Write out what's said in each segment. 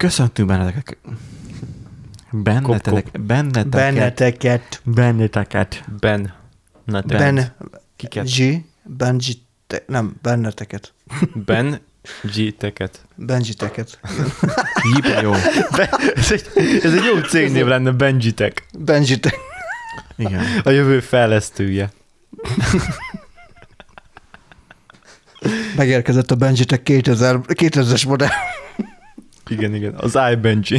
Köszöntünk benneteket. Kiket? Nem, benneteket. Benjiteket. Jó. Ez egy jó cégnév lenne, Benjitek. Benjitek. Igen. A jövő fejlesztője. Megérkezett a Benjitek 2000-es modell. Igen. Az iBenji.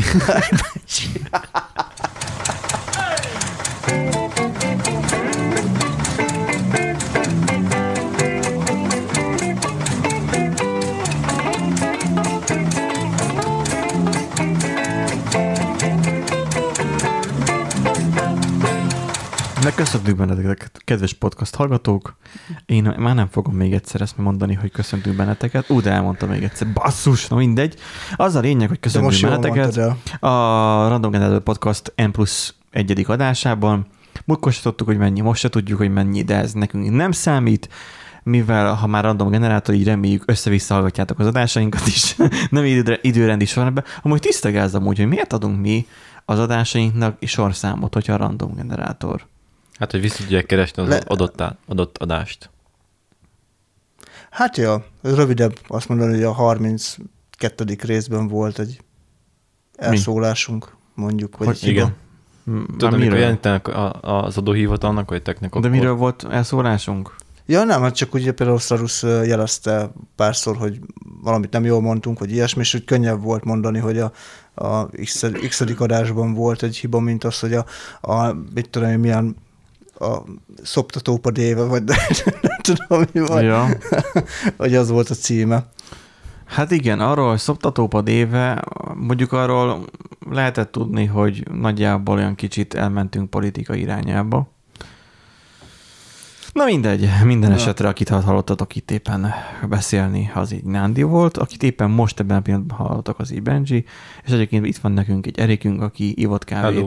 Köszöntünk benneteket, kedves podcast hallgatók. Én már nem fogom még egyszer ezt mondani, hogy köszöntünk benneteket. De elmondtam még egyszer. Basszus, no mindegy. Az a lényeg, hogy köszöntünk benneteket a Random Generator Podcast N+1. adásában. Múltkor se tudtuk, hogy mennyi, most se tudjuk, hogy mennyi, de ez nekünk nem számít, mivel ha már random generátor, így reméljük össze-vissza hallgatjátok az adásainkat is. Nem időrendi sorrendben. Amúgy tisztagázom úgy, hogy miért adunk mi az adásainknak sorszámot, hogyha a random generátor. Hát, hogy vissza tudják keresni az adott adást. Hát ja, rövidebb azt mondani, hogy a 32. részben volt egy elszólásunk, mondjuk. Vagy hogy igen. Tudom, mikor jelentenek az adóhivatalnak, vagy technikok. De miről volt elszólásunk? Ja nem, hát csak ugye például Szlarusz jelezte párszor, hogy valamit nem jól mondtunk, vagy ilyesmi, és hogy könnyebb volt mondani, hogy a x-edik adásban volt egy hiba, mint az, hogy mit tudom én, milyen a szoptatópad éve, vagy nem tudom, mi van. Ja. Hogy az volt a címe. Hát igen, arról, hogy szoptatópad éve, mondjuk arról lehetett tudni, hogy nagyjából olyan kicsit elmentünk politika irányába. Na mindegy, minden esetre, akit hallottatok itt éppen beszélni, az így Nándi volt, akit éppen most ebben a pillanatban hallottak, az így Benji, és egyébként itt van nekünk egy Erikünk, aki ivott kávét. Hello.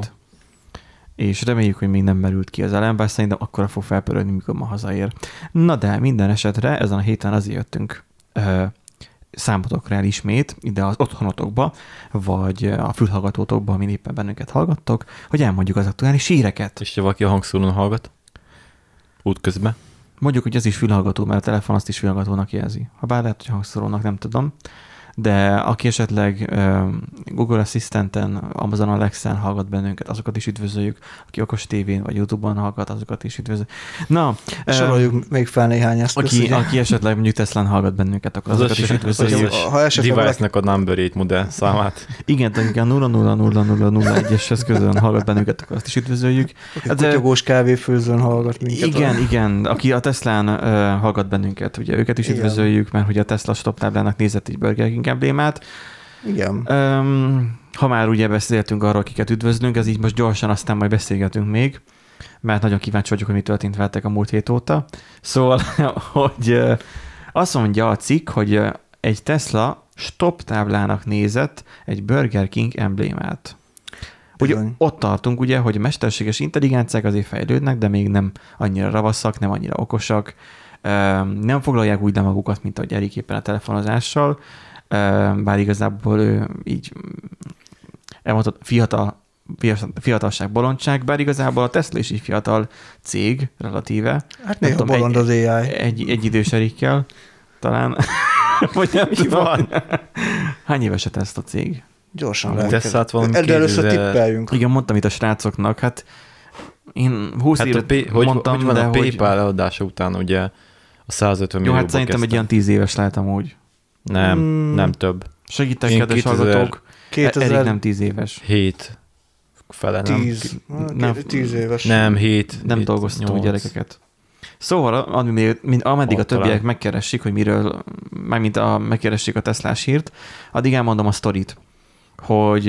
És reméljük, hogy még nem merült ki az elem, bár szerintem akkora fog felpörögni, mikor ma hazaér. Na de minden esetre ezen a héten azért jöttünk számotokra el ismét ide az otthonotokba, vagy a fülhallgatótokba, amin éppen bennünket hallgattok, hogy elmondjuk az aktuális híreket. És ha valaki a hangszórón hallgat? Útközben? Mondjuk, hogy ez is fülhallgató, mert a telefon azt is fülhallgatónak jelzi. Ha bár lehet, hogy hangszórónak, nem tudom. De aki esetleg Google Assistenten, Amazon Alexán hallgat bennünket, azokat is üdvözöljük. Aki okos tévén vagy YouTube-on hallgat, azokat is üdvözöljük. Na, soroljuk még fel néhány eszközt. Aki esetleg mondjuk Teslán hallgat bennünket, akkor azokat is üdvözöljük. Ha device-nek a number 8 modell számát. Igen, tehát a 00001-es eszközön hallgat bennünket, akkor azt is üdvözöljük. Aki kutyogós kávéfőzőn hallgat minket. Igen. Aki a Teslán hallgat bennünket, ugye őket is üdvözöljük, mert ugye a Tesla stop táblának nézett egy Burger King emblémát. Igen. Ha már ugye beszéltünk arról, akiket üdvözlünk, ez így most gyorsan, aztán majd beszélgetünk még, mert nagyon kíváncsi vagyok, hogy mi történt veletek a múlt hét óta. Szóval, hogy azt mondja a cikk, hogy egy Tesla stop táblának nézett egy Burger King emblémát. Ugye ott tartunk, ugye, hogy a mesterséges intelligenciák azért fejlődnek, de még nem annyira ravaszak, nem annyira okosak, nem foglalják úgy le magukat, mint ahogy Erik éppen a telefonozással, bár igazából ő így elmondott fiatalság, bolondság, bár igazából a Tesla is egy fiatal cég relatíve. Hát néha bolond az AI. Egy idős Erikkel talán. Vagy nem van. Hány éves a Tesla cég? Gyorsan lehet. De először tippeljünk. Igen, mondtam itt a srácoknak, hát én 20 évet mondtam, hogy van a PayPal eladása után ugye a 150 millióba. Jó, hát szerintem egy ilyen 10 éves lehet amúgy. Nem több. Segítek, kedves hallgatók. Erik nem 10 éves. 7 fele, nem? 10 éves. Nem, 7. Nem dolgoztunk gyerekeket. Szóval, ameddig a többiek megkeresik, hogy miről, mármint megkeresik a Teslás hírt, addig elmondom a sztorit, hogy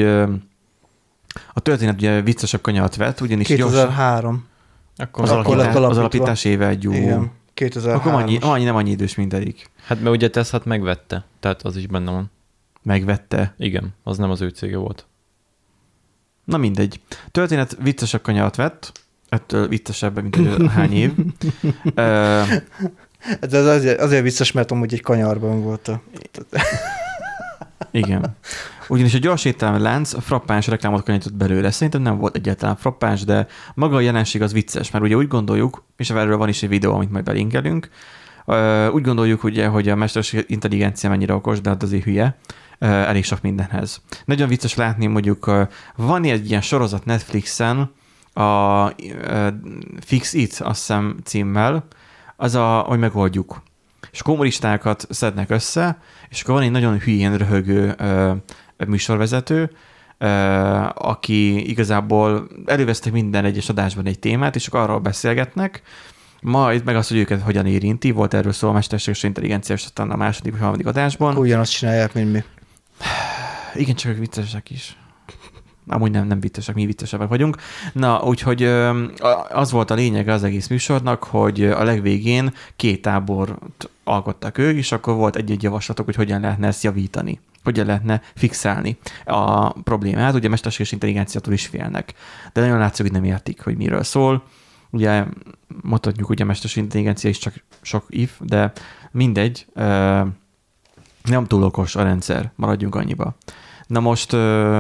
a történet ugye viccesebb kanyart vett, ugyanis 2003. Az alapítás éve egy jó. Igen, 2003. Akkor nem annyi idős, mint Erik. Hát mert ugye Teslát megvette, tehát az is benne van. Megvette? Igen, az nem az ő cége volt. Na mindegy. Történet viccesebb kanyart vett, ettől viccesebb, mint hány év. De azért vicces, mert amúgy egy kanyarban volt. Igen. Ugyanis a gyors étteremlánc frappáns reklámot könnyített belőle. Szerintem nem volt egyáltalán frappáns, de maga a jelenség az vicces, mert ugye úgy gondoljuk, és erről van is egy videó, amit majd belinkelünk, úgy gondoljuk ugye, hogy a mesterséges intelligencia mennyire okos, de azért hülye, elég sok mindenhez. Nagyon vicces látni, mondjuk van egy ilyen sorozat Netflixen, a Fix It, azt hiszem címmel, hogy megoldjuk. És kommunistákat szednek össze, és akkor van egy nagyon hülyén röhögő műsorvezető, aki igazából elővesztek minden egyes adásban egy témát, és akkor arról beszélgetnek, majd meg az, hogy őket hogyan érinti, volt erről szó a mesterséges intelligencia, és aztán a második vagy harmadik adásban. Akkor ugyanazt csinálják, mint mi. Igen, csak ők viccesek is. Amúgy nem viccesek, mi viccesebbek vagyunk. Na, úgyhogy az volt a lényege az egész műsornak, hogy a legvégén 2 tábort alkottak ők, és akkor volt egy-egy javaslatok, hogy hogyan lehetne ezt javítani, hogyan lehetne fixálni a problémát. Ugye mesterséges intelligenciától is félnek, de nagyon látszik, hogy nem értik, hogy miről szól. Ugye mondhatjuk, hogy a mesterséges intelligencia is csak sok if, de mindegy, nem túl okos a rendszer, maradjunk annyiba. Na most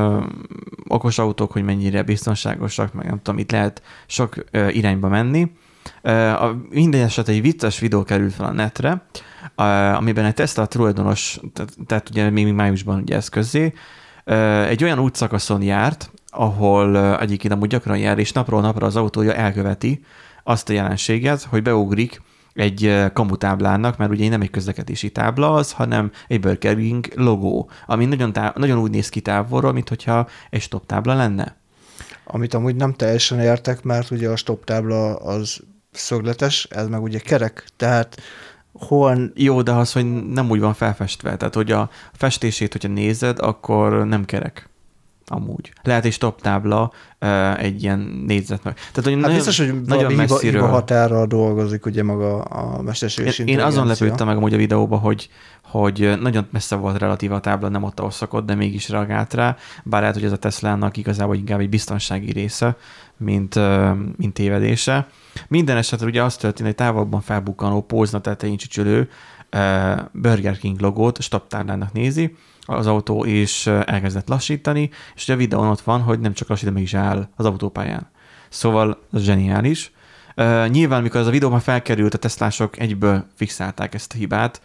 okos autók, hogy mennyire biztonságosak, meg nem tudom, itt lehet sok irányba menni. Minden esetben egy vicces videó került fel a netre, amiben egy Tesla tulajdonos, tehát ugye még májusban ugye ez közzé, egy olyan útszakaszon járt, ahol egyébként amúgy gyakran jár, és napról napra az autója elköveti azt a jelenséget, hogy beugrik egy kamutáblának, mert ugye nem egy közlekedési tábla az, hanem egy Burger King logó, ami nagyon úgy néz ki távolról, mintha egy stop tábla lenne. Amit amúgy nem teljesen értek, mert ugye a stop tábla az szögletes, ez meg ugye kerek, tehát hol... Jó, de az, hogy nem úgy van felfestve, tehát hogy a festését, hogyha nézed, akkor nem kerek. Amúgy. Lehet egy stop tábla egy ilyen négyzetnek. Tehát, hogy hát nagyon, biztos, hogy nagyon messziről. Hiba határral dolgozik ugye maga a mesterséges intelligencia. Én azon lepődtem meg amúgy a videóban, hogy nagyon messze volt relatív a tábla, nem ott, ahol szokott, de mégis reagált rá. Bár lehet, hogy ez a Teslának igazából inkább egy biztonsági része, mint tévedése. Minden esetre ugye azt történt, hogy távolban felbukkanó pózna tetején csücsülő Burger King logót stop táblának nézi az autó, és elkezdett lassítani, és ugye a videón ott van, hogy nem csak lassít, de mégis áll az autópályán. Szóval ez zseniális. Nyilván, mikor ez a videóban felkerült, a Teslások egyből fixálták ezt a hibát,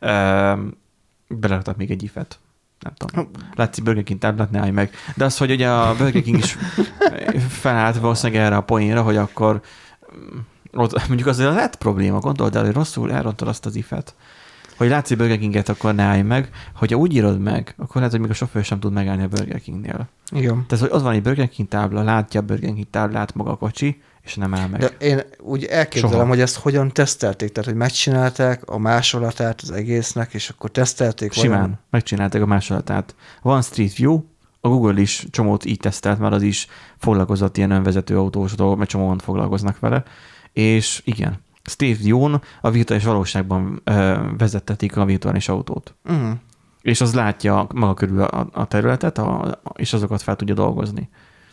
beleraktak még egy if-et. Nem tudom. Látszik Burger King táblát, ne állj meg. De az, hogy ugye a Burger King is felállt valószínűleg erre a poénra, hogy akkor ott mondjuk azért lett probléma, gondold el, hogy rosszul elrontod azt az if-et. Hogy látszik Burger Kinget, akkor ne állj meg. Hogyha úgy írod meg, akkor lehet, hogy még a sofőr sem tud megállni a Burger Kingnél. Igen. Tehát, hogy ott van egy Burger King tábla, látja a Burger King táblát maga a kocsi, és nem áll meg. De én úgy elképzelem, soha. Hogy ezt hogyan tesztelték, tehát hogy megcsinálták a másolatát az egésznek, és akkor tesztelték. Simán, megcsinálták a másolatát. Van Street View, a Google is csomót így tesztelt, mert az is foglalkozott ilyen önvezető autós dolgok, mert csomóan foglalkoznak vele. És igen, Street View-n a virtuális valóságban vezettetik a virtuális autót. Uh-huh. És az látja maga körül a területet, és azokat fel tudja dolgozni.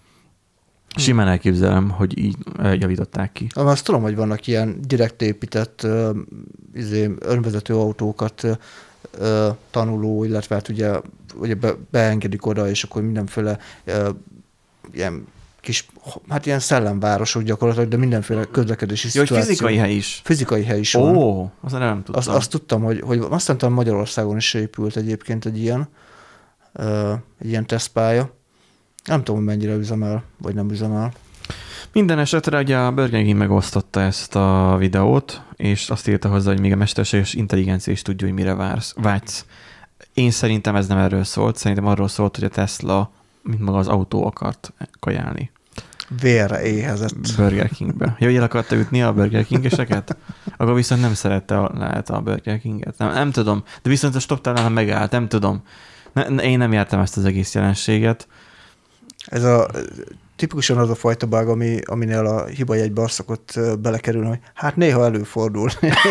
Simán elképzelem, hogy így javították ki. Azt tudom, hogy vannak ilyen direkt épített önvezető autókat tanuló, illetve hát ugye beengedik oda, és akkor mindenféle ilyen kis, hát ilyen szellemvárosok gyakorlatilag, de mindenféle közlekedési szituáció. Hogy fizikai hely is. Fizikai hely is van. Ó, azt nem tudtam. Azt tudtam, hogy aztán talán Magyarországon is épült egyébként egy ilyen tesztpálya. Nem tudom, hogy mennyire üzemel, vagy nem üzemel. Minden esetre ugye a Burger King megosztotta ezt a videót, és azt írta hozzá, hogy még a mesterséges intelligencia is tudja, hogy mire vágysz. Én szerintem ez nem erről szólt, szerintem arról szólt, hogy a Tesla, mint maga az autó akart kajálni. Vérre éhezett. Burger Kingbe. Jó, hogy el akarta ütni a Burger King-eseket? Akkor viszont nem szerette a Burger Kinget. Nem tudom, de viszont a stop táblán megállt, nem tudom. Én nem jártam ezt az egész jelenséget. Ez tipikusan az a fajta bug, aminél a hibajegybe szokott belekerülni, hogy hát néha előfordul.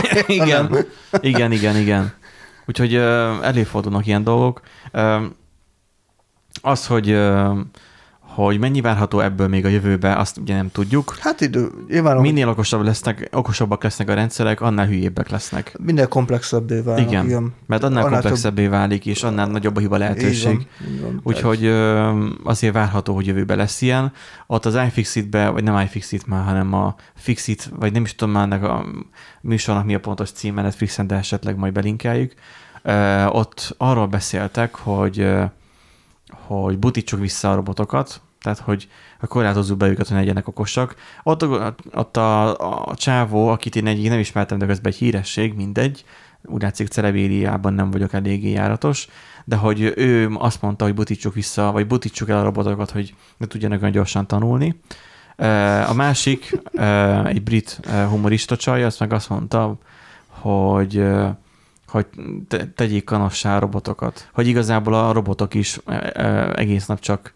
Igen. Úgyhogy előfordulnak ilyen dolgok. Az, Hogy mennyi várható ebből még a jövőbe, azt ugye nem tudjuk. Hát minél okosabbak lesznek a rendszerek, annál hülyébbek lesznek. Minél komplexebbé válnak. Igen, mert annál komplexebbé válik, és annál nagyobb a hiba lehetőség. Úgyhogy azért várható, hogy jövőben lesz ilyen. Ott az iFixit-be, vagy nem iFixit már, hanem a Fixit, vagy nem is tudom már ennek a műsornak mi a pontos címe, Netflixen, de esetleg majd belinkeljük. Ott arról beszéltek, hogy butítsuk vissza a robotokat, tehát hogy korlátozzuk be őket, hogy ne legyenek okosak. Ott a csávó, akit én egyik nem ismertem, de közben egy híresség, mindegy, úgy látszik celebériában nem vagyok eléggé járatos, de hogy ő azt mondta, hogy butítsuk vissza, vagy butítsuk el a robotokat, hogy ne tudjanak olyan gyorsan tanulni. A másik, egy brit humorista csaj, azt meg azt mondta, hogy tegyék kanossá a robotokat. Hogy igazából a robotok is egész nap csak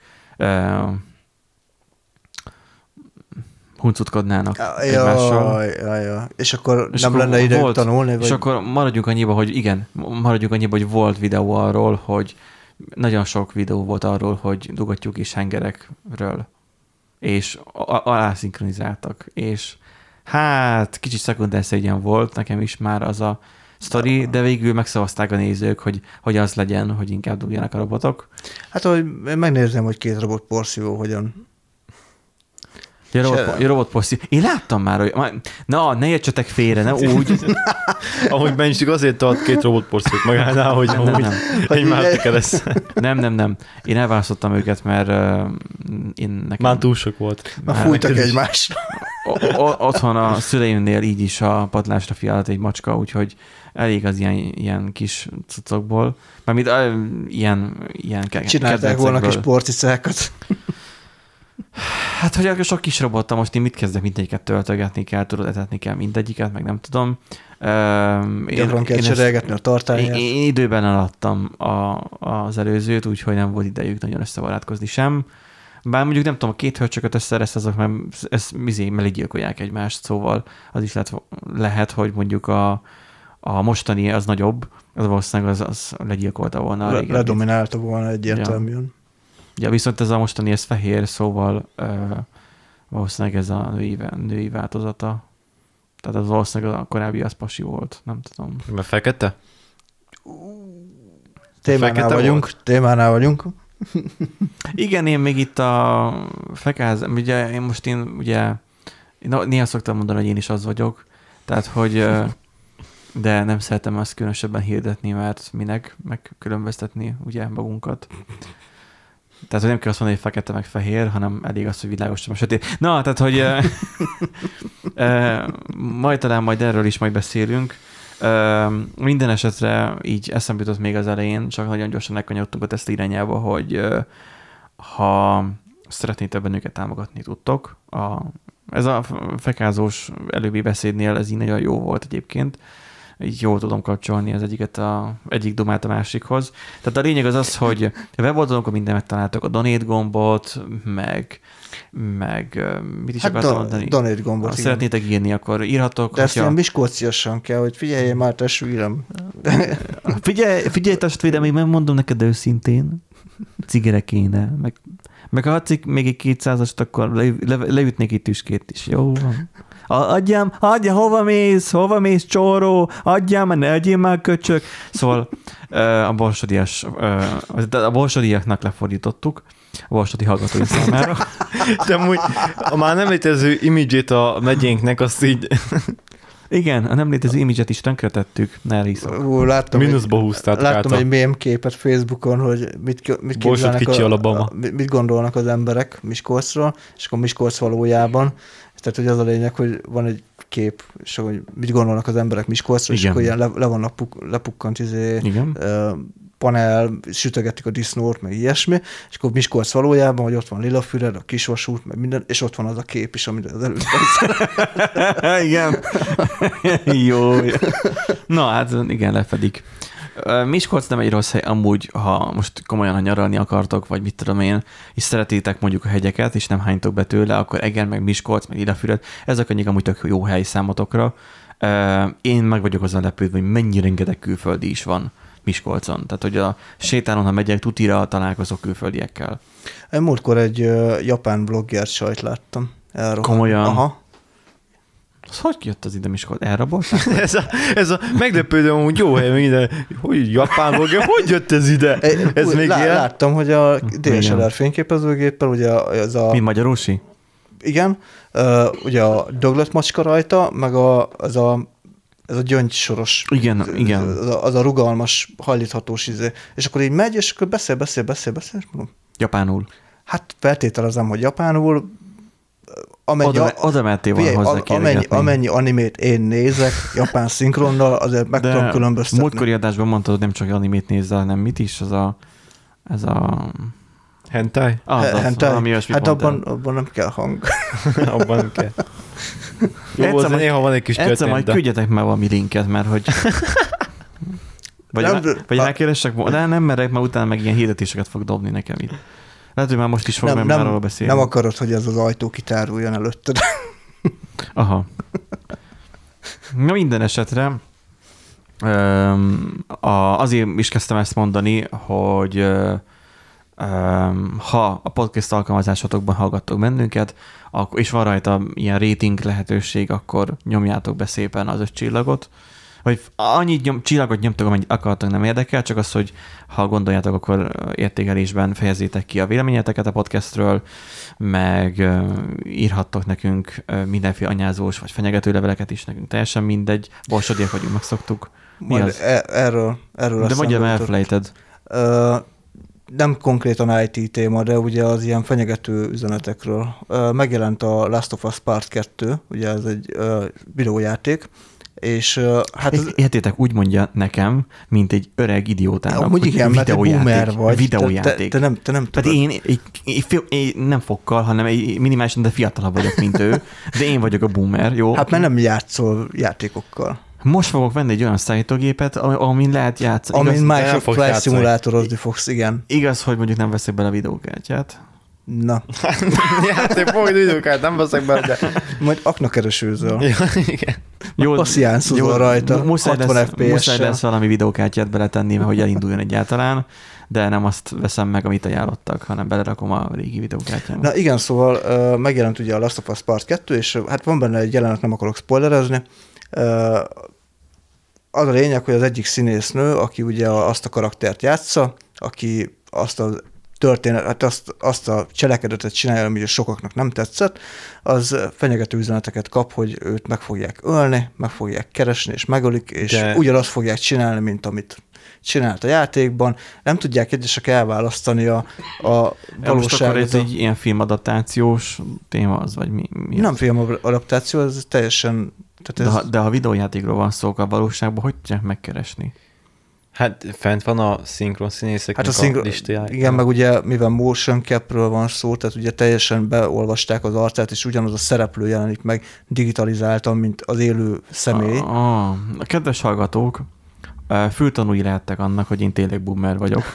huncutkodnának egymással. És akkor nem lenne ide tanulni? És akkor maradjunk annyiba, hogy volt videó arról, hogy nagyon sok videó volt arról, hogy dugattyúk és hengerekről. És alászinkronizáltak. És hát kicsit szekundár szégyen volt nekem is már az a sztori, de végül megszavazták a nézők, hogy az legyen, hogy inkább dugjanak a robotok. Hát, hogy megnézem, hogy 2 robot porszívó hogyan. Robotporszívó. Én láttam már, hogy... Na, ne értsetek félre, ne úgy. Ahogy mennyiség azért tart 2 robotporszívót magánál, hogy egy másik lesz. Nem. Én elválasztottam őket, mert nekem... Már túl sok volt. Már fújtak egymásra. Otthon a szüleimnél így is a padlásra fiált egy macska, úgyhogy elég az ilyen kis cuccokból. Mármint ilyen csinálták volna kis porcicákat. Hát, hogy a sok kis robottal most én mit kezdek, mindegyiket töltögetni kell, tudod, etetni kell mindegyiket, meg nem tudom. Gyakran kell cserélgetni a tartályát. Én időben eladtam az előzőt, úgyhogy nem volt idejük nagyon összebarátkozni sem. Bár mondjuk nem tudom, a 2 hörcsöket összeresz azok, mert ezt gyilkolják egymást, szóval az is lehet, hogy mondjuk a mostani az nagyobb, az valószínűleg az legyilkolta volna. Ledominálta volna egyértelműen. Ja, viszont ez a mostani, ez fehér, szóval valószínűleg ez a női változata. Tehát az valószínűleg a korábbi az pasi volt, nem tudom. Mert fekete? Témánál vagyunk. Igen, én még itt a ugye néha szoktam mondani, hogy én is az vagyok, tehát hogy de nem szeretem azt különösebben hirdetni, mert minek megkülönböztetni ugye magunkat. Tehát, hogy nem kell azt mondani, hogy fekete meg fehér, hanem elég az, hogy világos sem sötét. Na, tehát, hogy majd erről is majd beszélünk. Minden esetre így eszembe jutott még az elején, csak nagyon gyorsan elkanyarodtunk a teszt irányába, hogy ha szeretnétek bennünket támogatni, tudtok. Ez a fekázós előbbi beszédnél ez így nagyon jó volt egyébként. Így jól tudom kapcsolni az egyik domát a másikhoz. Tehát a lényeg az, hogy a weboldalunkon minden megtaláltok, a donate gombot, meg mit is akartam mondani? Donate gombot. Ha szeretnétek írni, akkor írhatok. De ezt ilyen miskolciasan kell, hogy figyelj már, testvérem. Figyelj, testvérem, én megmondom neked őszintén, cigere kéne, meg ha hadszik még egy 200-ast, akkor leütnék itt tüskét is. Jó van. Adjam, hova mész, csóró, adjam, ne adjél már, köcsök. Szóval a borsodiaknak lefordítottuk, a borsodi hallgatói számára. De amúgy a már nem létező imidzsét a megyénknek, azt így... Igen, a nem létező imidzset is tönkretettük, ne hiszok. Mínuszba húztátok át. Láttam egy mém képet Facebookon, hogy mit gondolnak az emberek Miskolcról, és akkor Miskolc valójában. Tehát, hogy az a lényeg, hogy van egy kép, és hogy mit gondolnak az emberek Miskolcról, és akkor ilyen le vannak lepukkant panel, sütögetik a disznót, meg ilyesmi, és akkor Miskolc valójában, hogy ott van Lilafüred, a Kisvasút, meg minden, és ott van az a kép is, amit az előtt. Igen. Jó. Na, hát igen, lefedik. Miskolc nem egy rossz hely, amúgy, ha most komolyan, ha nyaralni akartok, vagy mit tudom én, és szeretitek mondjuk a hegyeket, és nem hánytok be tőle, akkor Eger, meg Miskolc, meg Lilafüred, ezek annyik amúgy tök jó hely számotokra. Én meg vagyok azon lepődve, hogy mennyi rengeteg külföldi is van. Miskolcon. Tehát, hogy a sétálon, ha megyek, tutira találkozok külföldiekkel. Én múltkor egy japán blogger sajt láttam. Komolyan? Aha. Az hogy jött az ide Miskolc? Elrabolták? ez a meglepődöm, hogy jó hely minden, hogy Japán blogger, hogy jött ez ide? Ez még ilyen? Láttam, hogy a DSLR fényképezőgéppel, ugye ez a... Mint Magyarósi? Igen, ugye a döglött macska rajta, meg ez a gyöngysoros. Igen. Az a rugalmas, hajlíthatós izé. És akkor így megy, és akkor beszél, és mondom. Japánul. Hát feltételezem, hogy japánul. Oda mentél volna hozzá kérdegetni. Amennyi animét én nézek japán szinkronnal, azért meg tudom különböztetni. Múltkori adásban mondtad, hogy nem csak animét nézzel, hanem mit is? Ez a... Hentai? Hentai? Hát abban nem kell hang. Abban nem kell. Jó, azért néha van egy kis történet. Egyszer majd küldjetek már valami linket, mert hogy... Vagy elkérdessek, de nem merek, mert utána meg ilyen hirdetéseket fog dobni nekem itt. Lehet, hogy már most is fog már arról beszélni. Nem akarod, hogy ez az ajtó kitáruljon előtted. Aha. Na minden esetre azért is kezdtem ezt mondani, hogy ha a podcast alkalmazásotokban hallgattok bennünket, és van rajta ilyen rating lehetőség, akkor nyomjátok be szépen az 5 csillagot. Vagy annyi csillagot nyomtok, amennyit akartok, nem érdekel, csak az, hogy ha gondoljátok, akkor értékelésben fejezzétek ki a véleményeteket a podcastről, meg írhattok nekünk mindenféle anyázós vagy fenyegető leveleket is, nekünk teljesen mindegy. Borsodiak vagyunk, megszoktuk. Erről de mondjam, elfelejted. Nem konkrétan IT téma, de ugye az ilyen fenyegető üzenetekről. Megjelent a Last of Us Part 2, ugye ez egy videójáték, és hát... Értétek, úgy mondja nekem, mint egy öreg idiótának, hogy igen, mert boomer vagy. Videójáték. Te nem hát én nem fokkal, hanem minimálisan, de fiatalabb vagyok, mint ő, de én vagyok a boomer, jó? Hát mert nem játszol játékokkal. Most fogok venni egy olyan szállítógépet, amin lehet játszani. Amin Minecraft Flight Simulátorozni fogsz, igen. Igaz, hogy mondjuk nem veszek bele a videókártyát. Na. Játék fogod videókártyát, nem veszek bele, de... Majd aknakeresőzöl. Ja, igen. Jó, passziánszozol rajta, 60 FPS-sel. Muszáj lesz valami videókártyát beletenni, hogy elinduljon egyáltalán, de nem azt veszem meg, amit ajánlottak, hanem belerakom a régi videókártyámat. Na igen, szóval megjelent ugye a Last of Us Part 2, és hát van benne egy jelenet, nem akarok spoilerezni. Az a lényeg, hogy az egyik színésznő, aki ugye azt a karaktert játsza, aki azt a történet, azt a cselekedetet csinálja, ami sokaknak nem tetszett, az fenyegető üzeneteket kap, hogy őt meg fogják ölni, meg fogják keresni, és megölik, és ugyanazt fogják csinálni, mint amit csinált a játékban. Nem tudják egyesek elválasztani a valóságot. Most akkor ez egy ilyen filmadaptációs téma az, vagy mi nem filmadaptáció, ez teljesen... De ha videójátékról van szó, a valóságban hogy tudják megkeresni? Hát fent van a szinkron színészeknek a listája. Igen, meg ugye mivel motion capről van szó, tehát ugye teljesen beolvasták az arcát, és ugyanaz a szereplő jelenik meg digitalizáltan, mint az élő személy. A kedves hallgatók, fültanúi lehettek annak, hogy én tényleg boomer vagyok.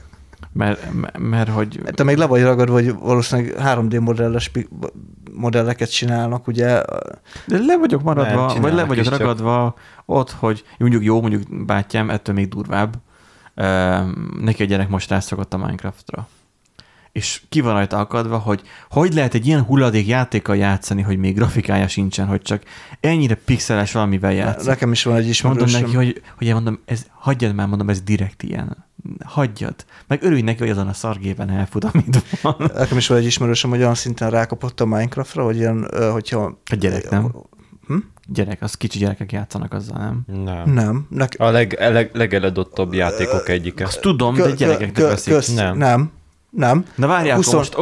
Mert hogy... Te még le vagy ragadva, hogy valószínűleg 3D modelleket csinálnak, ugye? De le vagyok maradva, vagy le vagyok ragadva ott, hogy mondjuk bátyám, ettől még durvább. Neki a gyerek most rászokott a Minecraftra. És ki van rajta akadva, hogy lehet egy ilyen hulladék játékkal játszani, hogy még grafikája sincsen, hogy csak ennyire pixeles valamivel játszik. Nekem is van egy ismerősöm. Mondom neki, hogy mondom, hagyjad már, mondom, ez direkt ilyen. Hagyjad. Meg örülj neki, hogy azon a szargépen elfut, amit van. Nekem is van egy ismerősöm, hogy olyan szinten rákapott a Minecraftra, hogy ilyen, hogyha... A gyerek, nem? Gyerek, az kicsi gyerekek játszanak azzal, nem? Nem. A legeledottabb játékok egyike. Azt tudom, de gyerekeknek veszik. Nem. Na várjál,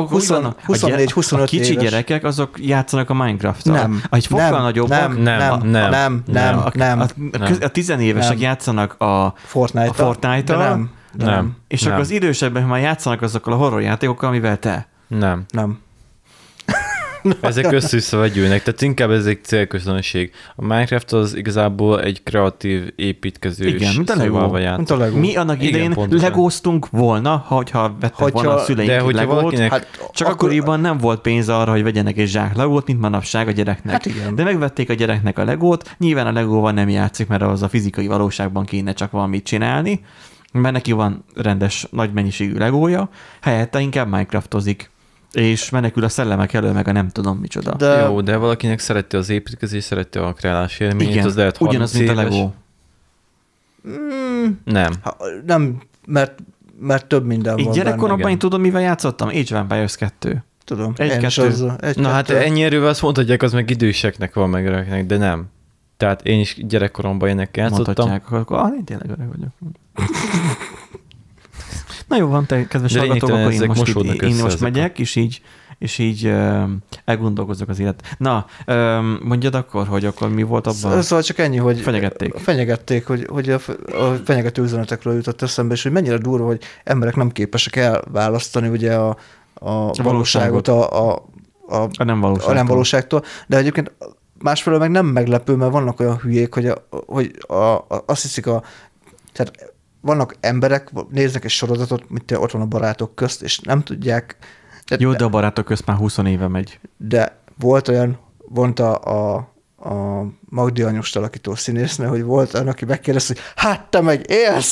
24-25 a kicsi éves gyerekek, azok játszanak a Minecraft-tal. Nem. Egy fokkal nagyobbak. Nem. A 10 évesek játszanak a Fortnite-tal. Nem. És akkor az idősebbek már játszanak azokkal a horror játékokkal, amivel te. Nem. Ezek össze-visszavegyülnek, tehát inkább ez egy célközönség. A Minecraft az igazából egy kreatív építkezős szóval játszik. Mi annak idején legóztunk volna, hogyha vettek volna a szüleink legót, csak akkoriban nem volt pénz arra, hogy vegyenek egy zsák legót, mint manapság a gyereknek. De megvették a gyereknek a legót, nyilván a legóval nem játszik, mert az a fizikai valóságban kéne csak valamit csinálni, mert neki van rendes nagy mennyiségű legója, helyette inkább Minecraftozik, és menekül a szellemek elől, meg a nem tudom micsoda. Jó, de valakinek szereti az építkezés, szereti a kreálás élményét, igen, az lehet ugyanaz, mint a Lego. Nem. Nem, mert több minden van. Így gyerekkoromban én tudom, mivel játszottam? Age of Empires 2. Tudom. Hát ennyi erővel azt mondhatják, az meg időseknek van meg öregnek, de nem. Tehát én is gyerekkoromban ilyenekkel játszottam. Mondhatják, akkor én tényleg öreg vagyok. Na jó van, te kedves hallgatók, akkor én most megyek, és így elgondolkozok az élet. Na, mondjad akkor, hogy akkor mi volt abban? Szóval csak ennyi, hogy fenyegették, hogy a fenyegető üzenetekről jutott eszembe, és hogy mennyire durva, hogy emberek nem képesek elválasztani ugye a valóságot a nem valóságtól, de egyébként másfelől meg nem meglepő, mert vannak olyan hülyék, hogy azt hiszik tehát vannak emberek, néznek egy sorozatot, mint ott van a Barátok közt, és nem tudják. Jó, de a Barátok közt már 20 éve megy. De volt a Magdi Anyust alakító színésznő, hogy volt olyan, aki megkérdezte, hogy hát te meg élsz!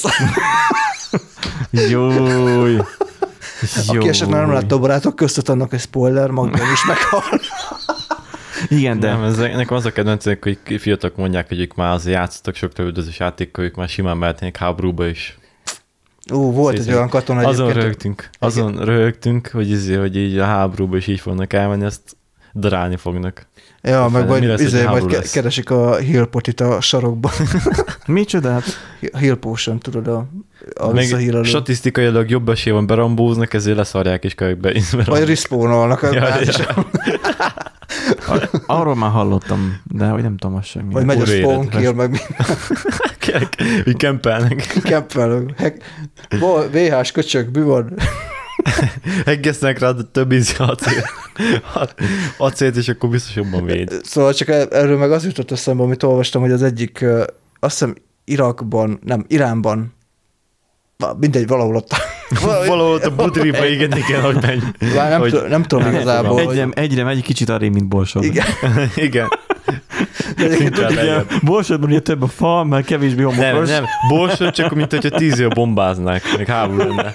Jój! Aki esetleg nem látta a Barátok köztet, annak egy spoiler, Magdi Anyus meghal. Igen, de... Nem, nekem az a kedvencek, hogy fiatalok mondják, hogy ők már azért játszottak sok lövöldözős játékkal, ők már simán mehetnék háborúba is. Volt egy olyan katona. Azon röhögtünk, hogy így a háborúba is így fognak elmenni, ezt darálni fognak. Ja, meg majd keresik a Hillpotit a sarokban. Micsodát? Hill Potion, tudod, a meg statisztikailag jobb esély van berambóznak, ezért leszarják is kölyökbe. Vagy respawnolnak. Arról már hallottam, de hogy nem tudom, az semmi. Vagy megy a spawn kill, meg minden. Hogy kempelnek. Kempelnek. VH-s köcsök, mi van? Heggesznek rá több ízi acélt, és akkor biztos jobban véd. Szóval csak erről meg az jutott eszembe, amit olvastam, hogy az egyik, azt hiszem Iránban, mindegy, valahol ott a Budriba, igen, hogy megy. Nem tudom igazából. Egyre megy kicsit arrébb, mint Borsod. Igen. Borsodban ugye több a fa, mert kevésbé homokos. Nem, Borsod csak mint hogyha 10 év bombáznák, még háború lenne.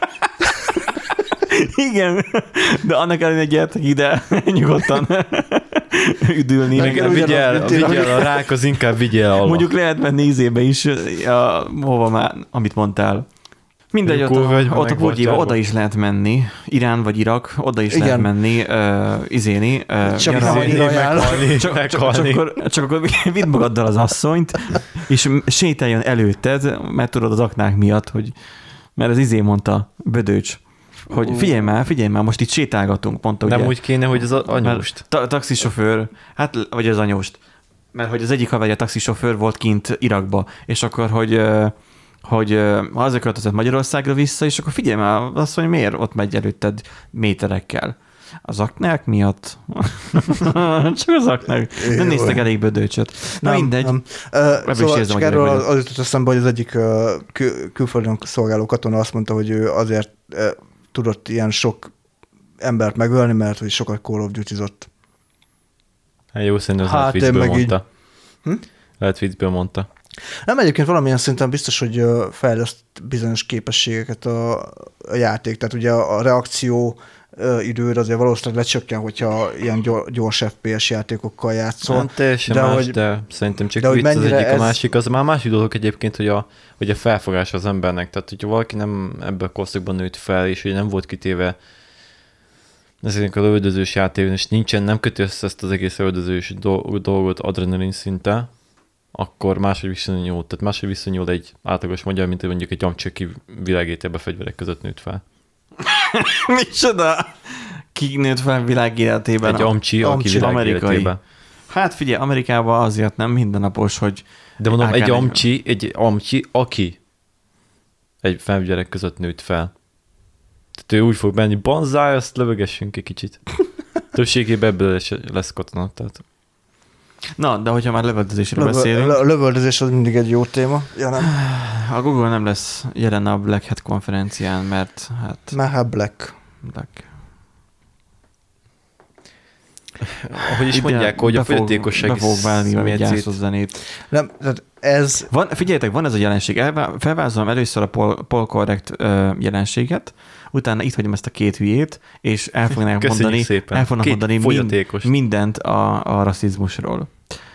Igen, de annak ellenére gyertek ide nyugodtan üdülni. Vigyel, a rák az inkább vigyel alva. Mondjuk lehet menni izébe is, hova már, amit mondtál. Mindegy, oda is lehet menni. Irán vagy Irak, oda is lehet menni, izéni. Csak akkor vidd magaddal az asszonyt, és sétáljon előtted, mert tudod az aknák miatt, mert az izé mondta, Bödöcs, hogy figyelj már, most itt sétálgatunk, mondta, nem ugye. Úgy kéne, hogy az anyóst. Taxisofőr, hát, vagy az anyóst. Mert hogy az egyik haverja taxisofőr volt kint Irakba, és akkor, hogy azért költözött Magyarországra vissza, és akkor figyelj már, azt mondja, miért ott megy előtted méterekkel. Az aknák miatt? Csak az aknák. Nem néztek elég Bödöcsöt. Na mindegy. Szóval csak erről az jutott eszembe, hogy az egyik külföldön szolgáló katona azt mondta, hogy ő azért tudott ilyen sok embert megölni, mert hogy sokat Call of Duty-zott. Hát jó, szerintem az lehet viccből mondta. Lehet viccből mondta. Nem, egyébként valamilyen szinten biztos, hogy fejleszt bizonyos képességeket a játék. Tehát ugye a reakció időd azért valószínűleg lecsökken, hogyha ilyen gyors FPS játékokkal játszol. Nem teljesen más, de szerintem csak vicc az egyik, a másik. Az már másik dolog egyébként, hogy a felfogás az embernek. Tehát, hogyha valaki nem ebben a korszakban nőtt fel, és hogy nem volt kitéve ezeknek a lövöldözős játékon, és nem köti össze ezt az egész lövöldözős dolgot adrenalin szinte, akkor máshogy viszonyul. Tehát máshogy viszonyul egy átlagos magyar, mint mondjuk egy amcsi, aki világéletében fegyverek között nőtt fel. Micsoda? Ki nőtt fel világéletében? Egy amcsi aki világéletében. Hát figyelj, Amerikában azért nem mindennapos, hogy... De mondom, egy amcsi, aki egy fegyverek között nőtt fel. Tehát ő úgy fog menni, banzáj, azt lövögessünk egy kicsit. Többségében ebből lesz katona. Tehát. Na, de hogyha már lövöldözésről beszélünk... A lövöldözés az mindig egy jó téma. Ja, nem. A Google nem lesz jelen a Black Hat konferencián, mert hát... Black. Ahogy is mondják, hogy a fogyatékosság is... Be fog válni a gyászos zenét. Nem, tehát Figyeljetek, van ez a jelenség. Felvázolom először a polkorrekt jelenséget, utána itt hagyom ezt a két hülyét, és el fognak mondani mindent a rasszizmusról.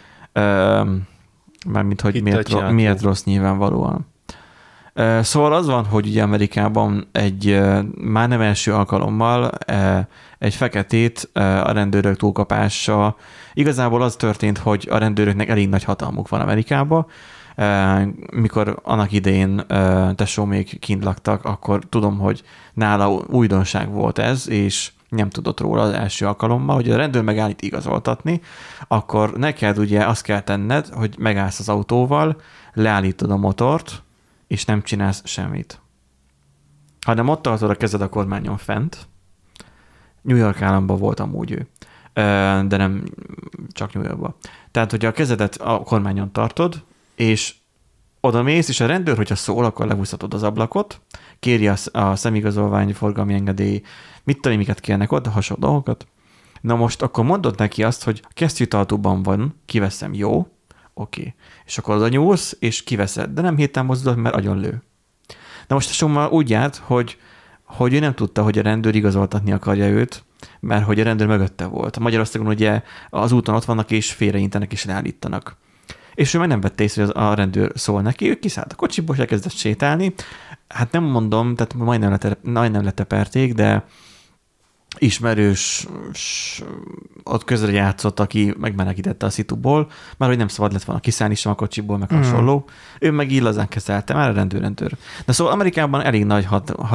Mármint, hogy miért rossz nyilvánvalóan. Szóval az van, hogy ugye Amerikában már nem első alkalommal egy feketét a rendőrök túlkapása. Igazából az történt, hogy a rendőröknek elég nagy hatalmuk van Amerikában. Mikor annak idején tesó még kint laktak, akkor tudom, hogy nála újdonság volt ez, és nem tudott róla az első alkalommal, hogy a rendőr megállít igazoltatni, akkor neked ugye azt kell tenned, hogy megállsz az autóval, leállítod a motort, és nem csinálsz semmit. Hanem ott tartod a kezed a kormányon fent, New York államban volt amúgy ő, de nem csak New Yorkban. Tehát, hogy a kezedet a kormányon tartod, és oda mész, és a rendőr, hogyha szól, akkor lehúzhatod az ablakot, kéri a szemigazolvány, forgalmi engedély, mit tudom, miket kérnek ott, hasonló dolgokat. Na most akkor mondod neki azt, hogy a kesztyűtartóban van, kiveszem, jó, oké. És akkor oda nyúlsz, és kiveszed, de nem hirtelen mozdulod, mert agyon lő. Na most a sommal úgy járt, hogy ő nem tudta, hogy a rendőr igazoltatni akarja őt, mert hogy a rendőr mögötte volt. A Magyarországon ugye az úton ott vannak, és félreintenek, és leállítanak. És ő meg nem vette észre, hogy a rendőr szól neki, ő kiszállt a kocsiból, és elkezdett sétálni. Hát nem mondom, tehát majdnem leteperték, de ismerős ott közre játszott, aki megmenekítette a szituból, már hogy nem szabad lett volna kiszállni sem a kocsiból, meg hasonló. Ő meg így lazán kezelte, már a rendőr. De szóval Amerikában elég nagy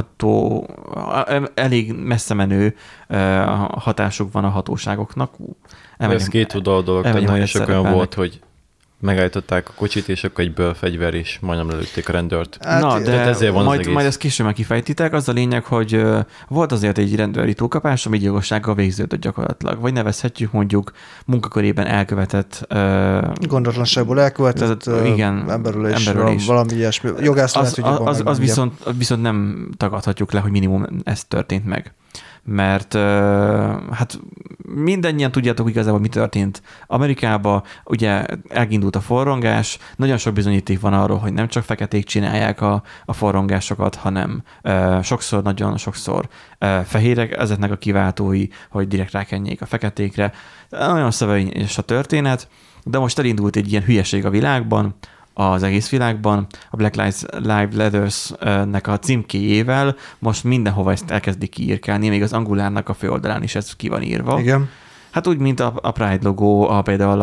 elég messze menő hatásuk van a hatóságoknak. Ez két dolog, tehát nagyon sok olyan volt, hogy megállították a kocsit, és akkor egy bőrfegyver is majdnem lelőtték a rendőrt. Na, de ezért van majd ezt később meg kifejtitek. Az a lényeg, hogy volt azért egy rendőri túlkapás, ami gyilkossággal végződött gyakorlatilag. Vagy nevezhetjük mondjuk munkakörében elkövetett... Gondatlanságból elkövetett igen, emberülés, valami ilyesmi. Jogász lehet, hogy az viszont nem tagadhatjuk le, hogy minimum ez történt meg. Mert hát mindannyian tudjátok igazából, mi történt Amerikában, ugye elindult a forrongás, nagyon sok bizonyíték van arról, hogy nem csak feketék csinálják a forrongásokat, hanem nagyon sokszor fehérek ezeknek a kiváltói, hogy direkt rákenjék a feketékre. Nagyon szövevényes a történet, de most elindult egy ilyen hülyeség a világban, az egész világban, a Black Lives Matter-nek a címkéjével most mindenhova ezt elkezdik kiírkálni, még az Angulárnak a főoldalán is ez ki van írva. Igen. Hát úgy, mint a Pride logó, például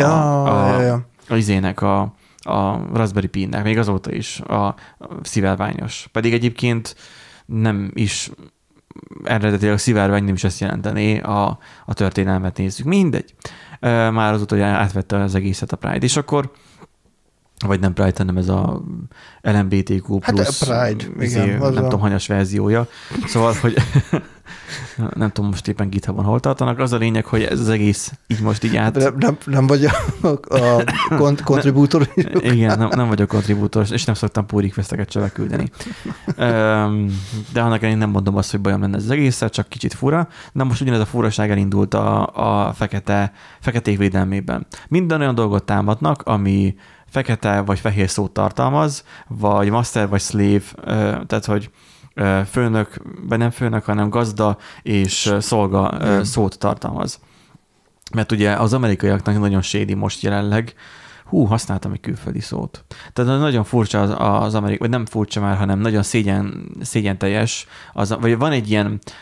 a izének, a Raspberry Pi-nek, még azóta is a szivárványos. Pedig egyébként nem is eredetileg a szivárvány nem is ezt jelentené, a történelmet nézzük. Mindegy. Már azóta átvette az egészet a Pride. És akkor vagy nem Pride, hanem ez a LMBTQ+. Hát Pride, igen. Nem tudom, hanyas verziója. Szóval, hogy nem tudom most éppen GitHubon hol tartanak. Az a lényeg, hogy ez az egész így most így át... Nem vagy a kontribútor? Igen, nem vagyok kontribútor, és nem szoktam pull requesteket se beküldeni. De annak én nem mondom azt, hogy bajom lenne ez az egészszer, csak kicsit fura. De most ugyanez a furaság elindult a feketék védelmében. Minden olyan dolgot támadnak, ami fekete vagy fehér szót tartalmaz, vagy master vagy slave, tehát hogy főnök, vagy nem főnök, hanem gazda és szolga szót tartalmaz. Mert ugye az amerikaiaknak nagyon shady most jelenleg, használtam egy külföldi szót. Tehát nagyon furcsa az amerikai, vagy nem furcsa már, hanem nagyon szégyenteljes, vagy van egy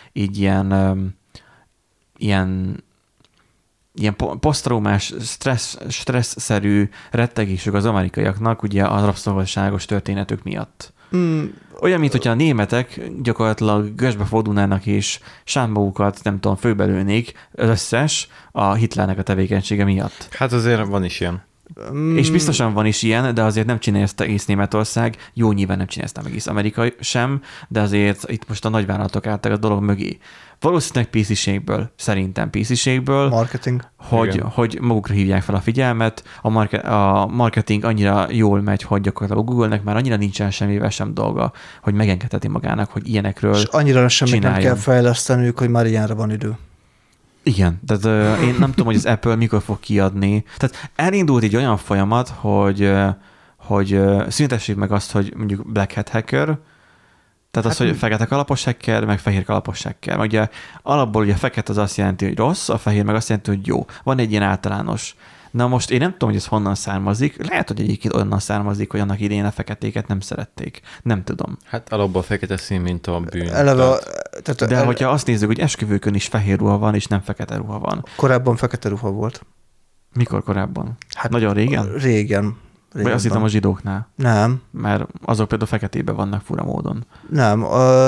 ilyen posztraumás, stressz-szerű rettegésük az amerikaiaknak ugye a rabszolgaságos történetük miatt. Olyan, mint hogyha a németek gyakorlatilag gösbe fordulnának és sámbagukat, nem tudom, főbelőnék összes a Hitlernek a tevékenysége miatt. Hát azért van is ilyen. És biztosan van is ilyen, de azért nem csinálja ezt egész Németország. Jó, nyilván nem csinálja ezt egész Amerika sem, de azért itt most a nagyvállalatok álltak a dolog mögé. Valószínűleg PC-ségből, szerintem PC-ségből, marketing. Hogy magukra hívják fel a figyelmet. A marketing annyira jól megy, hogy gyakorlatilag a Google-nek már annyira nincsen semmivel sem dolga, hogy megengedheti magának, hogy ilyenekről és annyira semmit nem kell fejleszteniük, hogy már ilyenre van idő. Igen, tehát én nem tudom, hogy az Apple mikor fog kiadni. Tehát elindult egy olyan folyamat, hogy hogy szüntessék meg azt, hogy mondjuk Black Hat hacker, tehát az, hogy fekete kalapos hacker, meg fehér kalapos hacker. Ugye alapból ugye a fekete az azt jelenti, hogy rossz, a fehér meg azt jelenti, hogy jó. Van egy ilyen általános. Na most én nem tudom, hogy ez honnan származik. Lehet, hogy egyébként onnan származik, hogy annak idején a feketéket nem szerették. Nem tudom. Hát alapból a fekete szín, mint a bűn. De hogyha azt nézzük, hogy esküvőkön is fehér ruha van, és nem fekete ruha van. Korábban fekete ruha volt. Mikor korábban? Hát nagyon régen? Régen. Vagy azt hittem a zsidóknál. Nem. Mert azok például feketében vannak fura módon. Nem,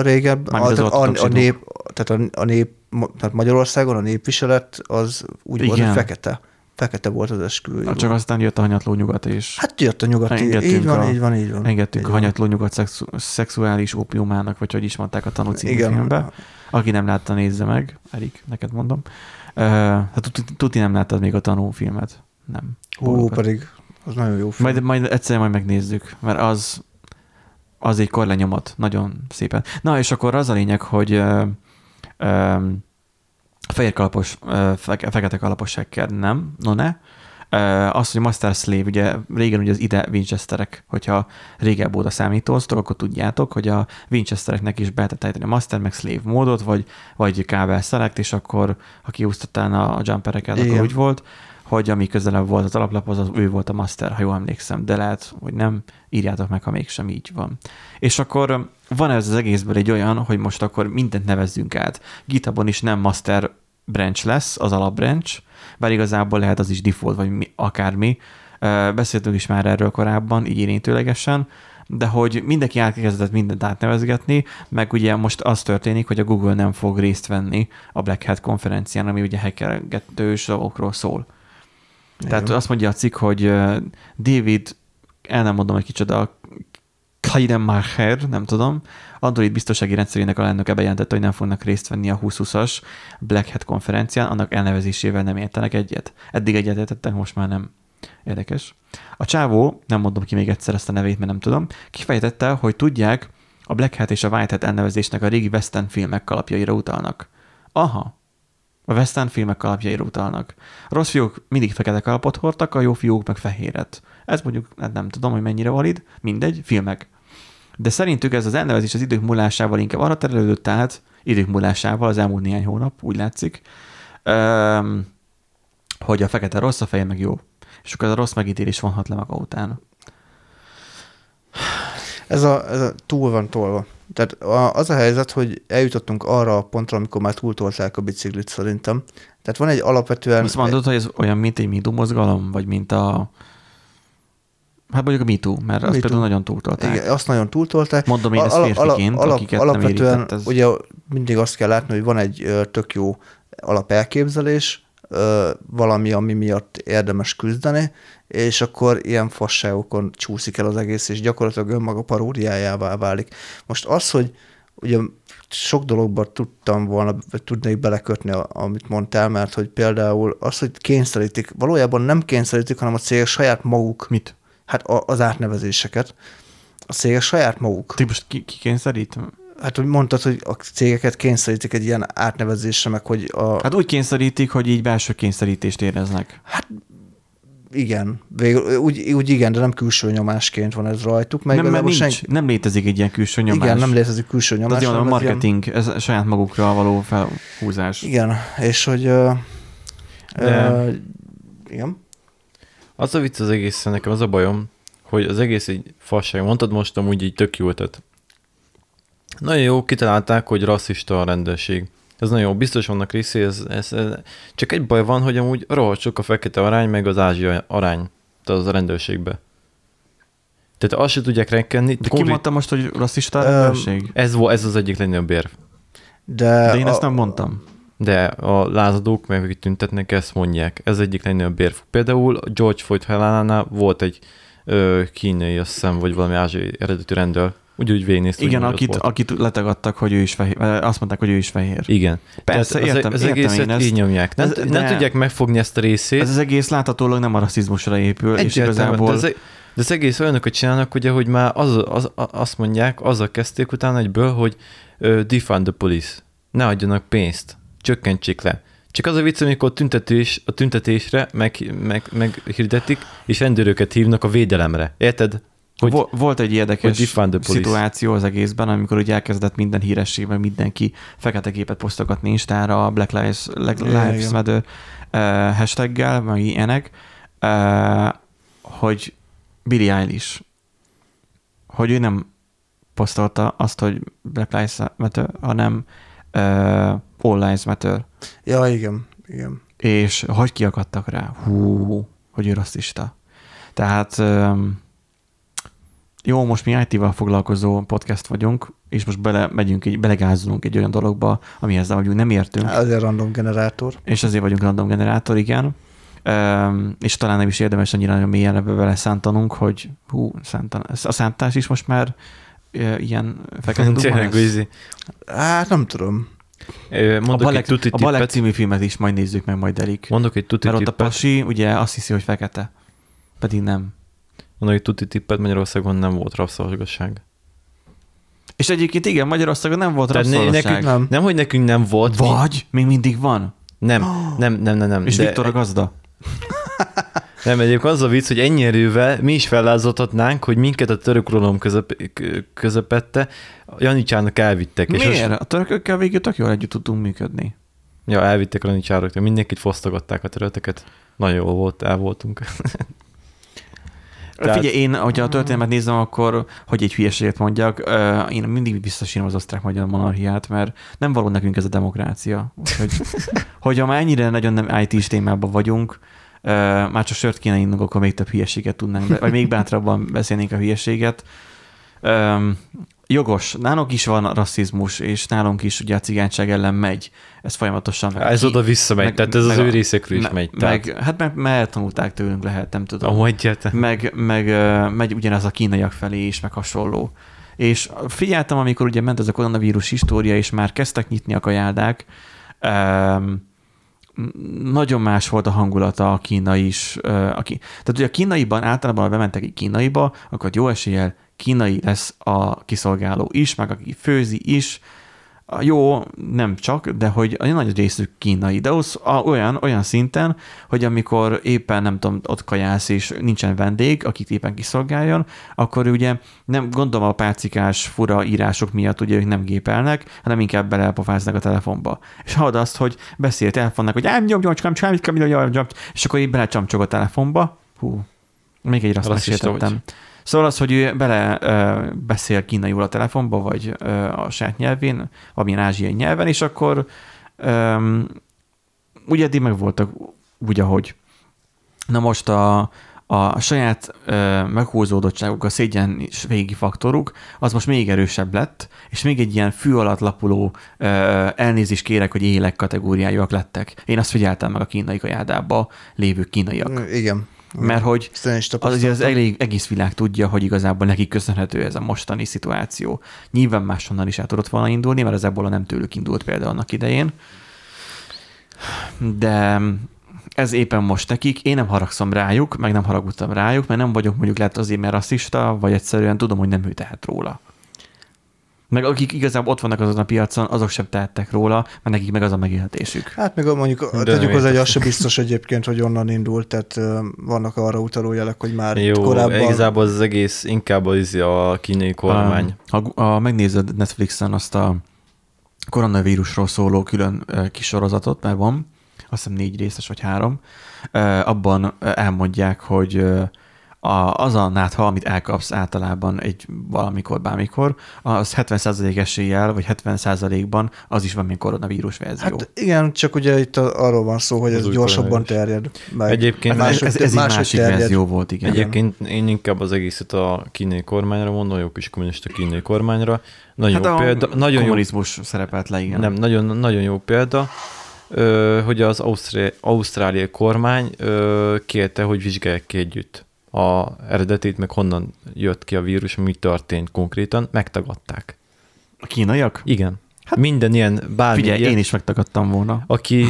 tehát Magyarországon a népviselet az úgy volt, hogy fekete. Fekete volt az esküvői. Csak aztán jött a hanyatló nyugat is. Hát jött a nyugat, így van. Engedtünk a hanyatló nyugat szexuális ópiumának, vagy hogy is mondták a Tanú című filmbe. Aki nem látta, nézze meg. Erik, neked mondom. Hát tuti nem láttad még a Tanú filmet. Nem. Pedig az nagyon jó film. Majd egyszer megnézzük, mert az egy korlenyomat. Nagyon szépen. Na, és akkor az a lényeg, hogy fehér kalapos, fekete kalapos hacker nem, Az, hogy Master Slave, ugye régen ugye az ide Winchesterek, hogyha régebb óta számítóztok, akkor tudjátok, hogy a Winchestereknek is be lehetett állítani a Master meg Slave módot, vagy kábel select, és akkor, ha kiúztattál a jumpereket, akkor úgy volt, hogy ami közelebb volt az alaplaphoz, az ő volt a Master, ha jól emlékszem, de lehet, hogy nem, írjátok meg, ha mégsem így van. És akkor van ez az egészből egy olyan, hogy most akkor mindent nevezzünk át. GitHubon is nem Master branch lesz, az alapbranch, bár igazából lehet az is default, vagy akármi. Beszéltünk is már erről korábban, így érintőlegesen, de hogy mindenki elkezdett mindent átnevezgetni, meg ugye most az történik, hogy a Google nem fog részt venni a Black Hat konferencián, ami ugye hackergetős dolgokról szól. Igen. Tehát azt mondja a cikk, hogy David, el nem mondom, hogy kicsoda, Kleinemacher, nem tudom, Android biztonsági rendszerének alelnöke bejelentette, hogy nem fognak részt venni a 2020-as Black Hat konferencián, annak elnevezésével nem értenek egyet. Eddig egyetértettek, most már nem. Érdekes. A csávó, nem mondom ki még egyszer ezt a nevét, mert nem tudom, kifejtette, hogy tudják, a Black Hat és a White Hat elnevezésnek a régi western filmek kalapjaira utalnak. Aha. A western filmek kalapjaira utalnak. A rossz fiúk mindig fekete kalapot hordtak, a jó fiúk meg fehéret. Ez mondjuk, nem tudom, hogy mennyire valid, mindegy, filmek. De szerintük ez az elnevezés az idők múlásával inkább arra terelődött át, idők múlásával az elmúlt néhány hónap, úgy látszik, hogy a fekete rossz, a fehér meg jó. És akkor ez a rossz megítélés vonhat le maga után. Ez a túl van tolva. Tehát az a helyzet, hogy eljutottunk arra a pontra, amikor már túltolták a biciklit szerintem. Tehát van egy alapvetően... Azt mondod, hogy ez olyan, mint egy MeToo mozgalom, vagy mint a... Hát mondjuk a MeToo, mert azt például nagyon túltolták. Igen, azt nagyon túltolták. Mondom én ezt férfiként, akiket nem érintett. Ez... Ugye mindig azt kell látni, hogy van egy tök jó alapelképzelés, valami, ami miatt érdemes küzdeni, és akkor ilyen fasságokon csúszik el az egész, és gyakorlatilag önmaga paródiájává válik. Most az, hogy ugye sok dologban tudtam volna, vagy tudnék belekötni, amit mondtál, mert hogy például az, hogy kényszerítik, valójában nem kényszerítik, hanem a cégek saját maguk. Mit? Hát az átnevezéseket. A cégek saját maguk. Ti most ki kényszerít? Hát, hogy mondtad, hogy a cégeket kényszerítik egy ilyen átnevezésre, meg hogy Hát úgy kényszerítik, hogy így belső kényszerítést éreznek. Hát igen. Úgy igen, de nem külső nyomásként van ez rajtuk. Nem létezik egy ilyen külső nyomás. Igen, nem létezik külső nyomás. De az a marketing, ez saját magukra való felhúzás. Igen, és hogy... igen. Az a vicc az egészen, nekem az a bajom, hogy az egész egy fasság. Mondtad most amúgy így tök jó ötlet. Nagyon jó, kitalálták, hogy rasszista a rendőrség. Ez nagyon jó, biztos vannak részé, ez. Csak egy baj van, hogy amúgy rohadt sok a fekete arány, meg az ázsia arány, tehát az a rendőrségbe. Tehát azt se tudják rekenni. De ki mondta most, hogy rasszista a rendőrség? Ez az egyik legnagyobb érv. De én ezt nem mondtam. De a lázadók, meg akik tüntetnek, ezt mondják. Ez egyik legnagyobb érv. Például George Floyd halálánál volt egy kínai, azt hiszem, vagy valami ázsiai eredetű rendőr. Úgy végignéztük. Igen, akit letagadtak, hogy ő is fehér. Azt mondták, hogy ő is fehér. Igen. Persze, értem egészet így nyomják. Nem tudják megfogni ezt a részét. Ez az egész láthatólag nem a rasszizmusra épül. És igazából... De az egész olyanokat csinálnak, ugye, hogy már azt mondják, azzal kezdték utána egyből, hogy defund the police. Ne adjanak pénzt. Csökkentsék le. Csak az a vicc, amikor a tüntetésre meghirdetik, és rendőröket hívnak a védelemre. Érted? Volt egy érdekes szituáció az egészben, amikor ugye elkezdett minden hírességben mindenki fekete képet posztogatni Instára, Black Lives Matter hashtaggel, meg ilyenek, hogy Billie Eilish, hogy ő nem posztolta azt, hogy Black Lives Matter, hanem All Lives Matter. Ja, igen. És hogy kiakadtak rá? Hogy ő rasszista. Tehát jó, most mi IT-val foglalkozó podcast vagyunk, és most belegázolunk egy olyan dologba, amihez nem értünk. Azért random generátor. És azért vagyunk random generátor, igen. És talán nem is érdemes annyira nagyon mélyen vele szántanunk, hogy a szántás is most már ilyen fekete duma lesz. Hát nem tudom. A Balek című filmet is majd nézzük meg, majd Erik. Mondok egy tuti tippet. Mert ott a pasi ugye azt hiszi, hogy fekete. Pedig nem. Mondok egy tuti tippet, Magyarországon nem volt rabszolgasság. És egyébként igen, Magyarországon nem volt rabszolgasság. Nem, hogy nekünk nem volt. Vagy? Még mindig van? Nem. És Viktor a gazda? Nem, egyébként az a vicc, hogy ennyi erővel mi is fellázadhatnánk, hogy minket a török uralom közepette Janicsának elvittek. Miért? És a törökökkel végül tök jól együtt tudtunk működni. Ja, elvittek a Janicsának, mindenkit fosztogatták a területeket. Nagyon jól volt, el voltunk. Tehát... Figyelj, én, hogyha a történetet nézem, akkor, hogy egy hülyeséget mondjak, én mindig visszasírom az osztrák-magyar monarchiát, mert nem való nekünk ez a demokrácia. Hogyha már ennyire nagyon nem IT-s témában vagyunk, már csak sört kéne innunk, akkor még több hülyeséget tudnánk, vagy még bátrabban beszélnénk a hülyeséget. Jogos, nálunk is van rasszizmus, és nálunk is ugye a cigányság ellen megy. Ez folyamatosan. Ez oda visszamegy, tehát ez az ő részekről is megy. Hát mert tanulták tőlünk, lehet, nem tudom. Ahogy meg megy ugyanaz a kínaiak felé is, meg hasonló. És figyeltem, amikor ugye ment ez a koronavírus história, és már kezdtek nyitni a kajáldák, nagyon más volt a hangulata a kínai is. Tehát ugye a kínaiban általában, ha bementek egy kínaiba, akkor jó eséllyel kínai lesz a kiszolgáló is, meg aki főzi is. Jó, nem csak, de hogy a nagy részük kínai. De az olyan szinten, hogy amikor éppen nem tudom, ott kajálsz és nincsen vendég, akit éppen kiszolgáljon, akkor ugye nem gondolom a pálcikás fura írások miatt ugye ők nem gépelnek, hanem inkább belepofáznak a telefonba. És hallod azt, hogy beszél telefonnak, hogy és akkor így belecsamcsog a telefonba. Még egy raszt meséltettem. Szóval az, hogy ő beszél kínaiul a telefonba, vagy a saját nyelvén, valamilyen ázsiai nyelven, és akkor ugye eddig meg voltak úgy, ahogy. Na most a saját meghúzódottságuk, a szégyen és végi faktoruk, az most még erősebb lett, és még egy ilyen fű alatt lapuló elnézést kérek, hogy élek kategóriájúak lettek. Én azt figyeltem meg a kínai kajádába lévő kínaiak. Igen. Mert hogy az egész világ tudja, hogy igazából nekik köszönhető ez a mostani szituáció. Nyilván máshonnan is el tudott volna indulni, mert az ebola nem tőlük indult például annak idején. De ez éppen most nekik. Én nem haragszom rájuk, meg nem haragudtam rájuk, mert nem vagyok mondjuk lehet azért, mert rasszista, vagy egyszerűen tudom, hogy nem ő tehet róla. Meg akik igazából ott vannak azon a piacon, azok sem tehettek róla, mert nekik meg az a megélhetésük. Hát meg mondjuk tegyük hozzá, hogy az sem biztos egyébként, hogy onnan indult, tehát vannak arra utaló jelek, hogy már jó, korábban... igazából az egész inkább a kínai kormány. Ha megnézed Netflixen azt a koronavírusról szóló külön kis sorozatot, mert van, azt hiszem 4 részes vagy 3, abban elmondják, hogy az a nátha, amit elkapsz általában egy valamikor, bármikor, az 70% eséllyel, vagy 70%-ban az is van, mint koronavírus verzió. Hát igen, csak ugye itt arról van szó, hogy ez gyorsabban terjed. Egyébként ez egy másik verzió volt, igen. Egyébként én inkább az egészet a kínai kormányra mondom, jó kis kommunista kínai kormányra. Nagyon jó példa. Nagyon kommunizmus szerepelt le, igen. Nem, nagyon jó példa, hogy az ausztráliai kormány kérte, hogy vizsgálják ki együtt a eredetét, meg honnan jött ki a vírus, mi történt konkrétan, megtagadták. A kínaiak? Igen. Hát minden ilyen, bármi figyelj, ilyen, én is megtagadtam volna. Aki...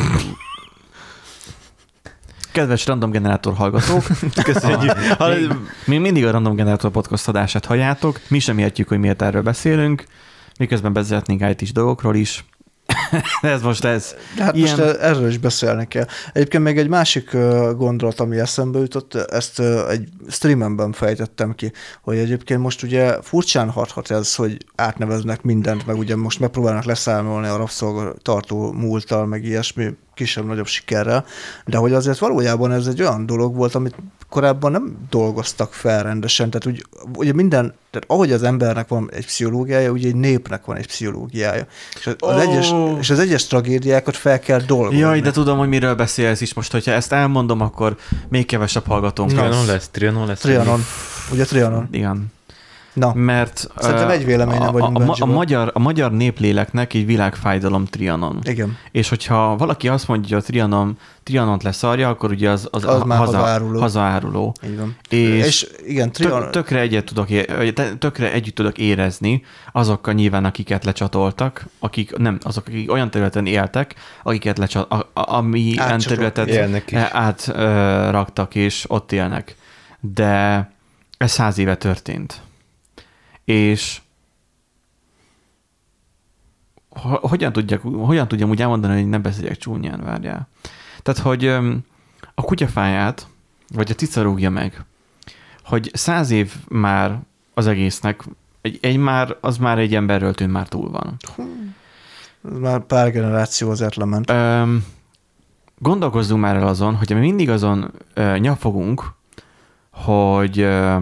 Kedves Random Generator hallgatók, köszönjük. Mi mindig a Random Generator podcast adását halljátok, mi sem értjük, hogy miért erről beszélünk, miközben beszélhetnénk IT-s dolgokról is. ez most ez. De hát ilyen... most erről is beszélni kell. Egyébként még egy másik gondolat, ami eszembe jutott, ezt egy streamemben fejtettem ki, hogy egyébként most ugye furcsán hathat ez, hogy átneveznek mindent, meg ugye most megpróbálnak leszámolni a rabszolgatartó múlttal, meg ilyesmi kisebb-nagyobb sikerrel, de hogy azért valójában ez egy olyan dolog volt, amit korábban nem dolgoztak fel rendesen, tehát ugye minden, tehát ahogy az embernek van egy pszichológiája, ugye egy népnek van egy pszichológiája. És az egyes tragédiákat fel kell dolgozni. Jaj, de tudom, hogy miről beszélsz is most, hogyha ezt elmondom, akkor még kevesebb hallgatónk. Trianon lesz. Ugye Trianon. Igen. Na, mert szerintem egy véleményen vagyunk a magyar népléleknek egy világfájdalom Trianon. Igen. És hogyha valaki azt mondja, hogy a Trianont leszarja, akkor ugye az hazaáruló. Így van. És igen, tökre együtt tudok érezni azokkal nyilván, akiket lecsatoltak, akik olyan területen éltek, akiket amilyen területet átraktak, és ott élnek. De ez 100 éve történt. És hogyan tudjam úgy elmondani, hogy nem beszéljek csúnyán, várjál. Tehát, hogy a kutyafáját, vagy a cica rúgja meg, hogy 100 év már az egésznek, az már egy emberről tűn, már túl van. Már pár generáció azért lement. Gondolkozzunk már el azon, hogy mi mindig azon nyafogunk, hogy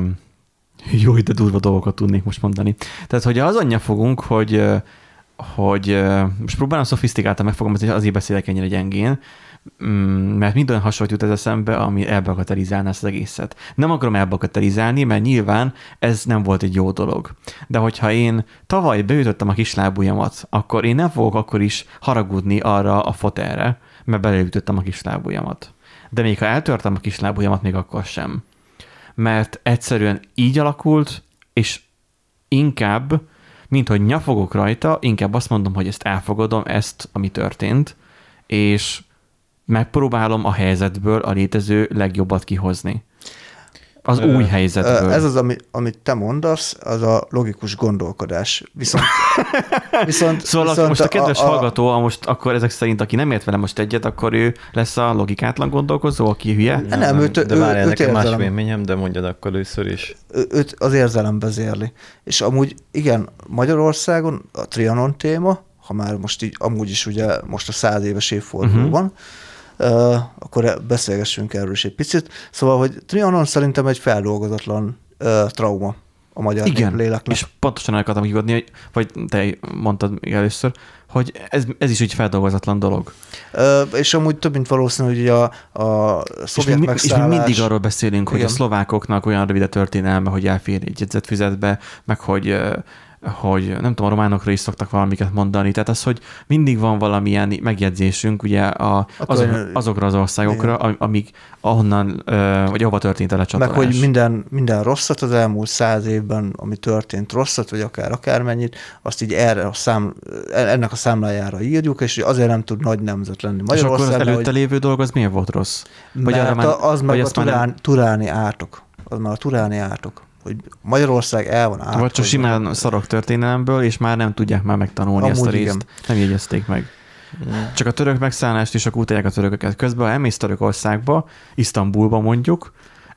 jó, de durva dolgokat tudnék most mondani. Tehát, hogy azon nyafogunk, hogy most próbálom szofisztikáltan megfogalmazni, hogy azért beszélek ennyire gyengén, mert minden hasonló jut ez eszembe, ami elbagatelizálná ezt az egészet. Nem akarom elbagatelizálni, mert nyilván ez nem volt egy jó dolog. De hogyha én tavaly beütöttem a kislábujjamat, akkor én nem fogok akkor is haragudni arra a fotelre, mert beleütöttem a kislábujjamat. De még ha eltörtem a kislábujjamat, még akkor sem. Mert egyszerűen így alakult, és inkább, mint hogy nyafogok rajta, inkább azt mondom, hogy ezt elfogadom, ezt, ami történt, és megpróbálom a helyzetből a létező legjobbat kihozni. Az új helyzetből. Ez az, amit te mondasz, az a logikus gondolkodás. Szóval most a kedves hallgató, akkor ezek szerint, aki nem ért vele most egyet, akkor ő lesz a logikátlan gondolkozó, aki hülye? De várjál, nekem más véleményem, de mondjad akkor először is. Őt az érzelem vezérli. És amúgy igen, Magyarországon a Trianon téma, ha már most így, amúgy is ugye most a 100 éves évforduló van, akkor beszélgessünk erről is egy picit. Szóval, hogy Trianon szerintem egy feldolgozatlan trauma a magyar léleknek. És pontosan el akartam kigodni, vagy te mondtad még először, hogy ez is egy feldolgozatlan dolog. És amúgy több mint valószínű, hogy a szovjet megszállás... És mi mindig arról beszélünk, hogy a szlovákoknak olyan rövid a történelme, hogy elfér egy jegyzetfüzetbe, meg hogy nem tudom, a románokra is szoktak valamiket mondani, tehát az, hogy mindig van valamilyen megjegyzésünk ugye azokra az országokra, amik ahonnan, vagy ahova történt a lecsatolás. Meg, hogy minden rosszat az elmúlt 100 évben, ami történt rosszat, vagy akármennyit, azt így ennek a számlájára írjuk, és azért nem tud nagy nemzet lenni Magyarországon. És akkor az előtte lévő dolog, az miért volt rossz? Az meg a turáni ártok. Az már a turáni ártok. Hogy Magyarország el van át. Vagy csak simán szarok történelemből, és már nem tudják már megtanulni ezt a részt. Igen. Nem jegyezték meg. Csak a török megszállást is, akkor utálják a törököket. Közben elmész Törökországba, Isztambulba mondjuk,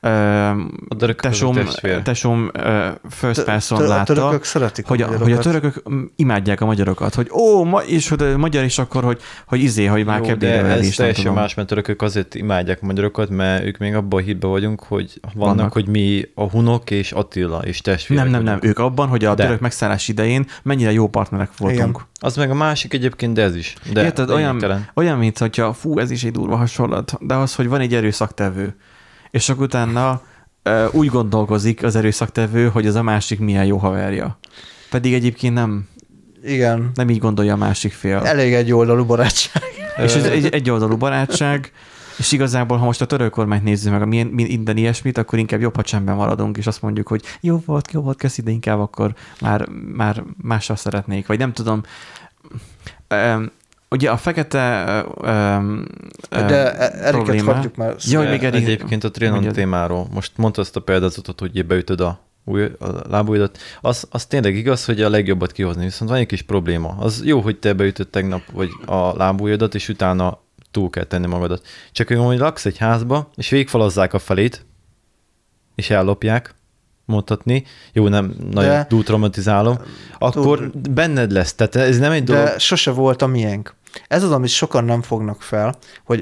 tesóm first person látta, hogy a törökök imádják a magyarokat, hogy és hogy magyar is akkor, hogy már kebbére is. Ez teljesen más, mert törökök azért imádják a magyarokat, mert ők még abban a hitben vagyunk, hogy vannak, hogy mi a hunok és Attila és testvérek. Nem, ők abban, hogy a török megszállás idején mennyire jó partnerek voltunk. Igen. Az meg a másik egyébként, de ez is. De érted, olyan, mint hogyha ez is egy durva hasonlat, de az, hogy van egy erőszaktevő, és akkor utána úgy gondolkozik az erőszaktevő, hogy az a másik milyen jó haverja. Pedig egyébként nem. Igen. Nem így gondolja a másik fél. Elég egyoldalú barátság. És ez egy egyoldalú barátság, és igazából, ha most a török kormányt nézzük meg, a minden ilyesmit, akkor inkább jobb, ha csendben maradunk, és azt mondjuk, hogy jó volt, köszi, de inkább akkor már mással szeretnék. Vagy nem tudom. Ugye a fekete de Eriket hagyjuk már. Egyébként a Trianon témáról. Most mondta azt a példázatot, hogy beütöd a lábújadat, az tényleg igaz, hogy a legjobbat kihozni, viszont van egy kis probléma. Az jó, hogy te beütött tegnap vagy a lábújadat, és utána túl kell tenni magadat. Csak hogy laksz egy házba, és végigfalazzák a felét, és ellopják, mondhatni, jó, nem nagyon túl traumatizálom, akkor benned lesz. Tehát ez nem egy dolog. De sose volt a miénk. Ez az, amit sokan nem fognak fel, hogy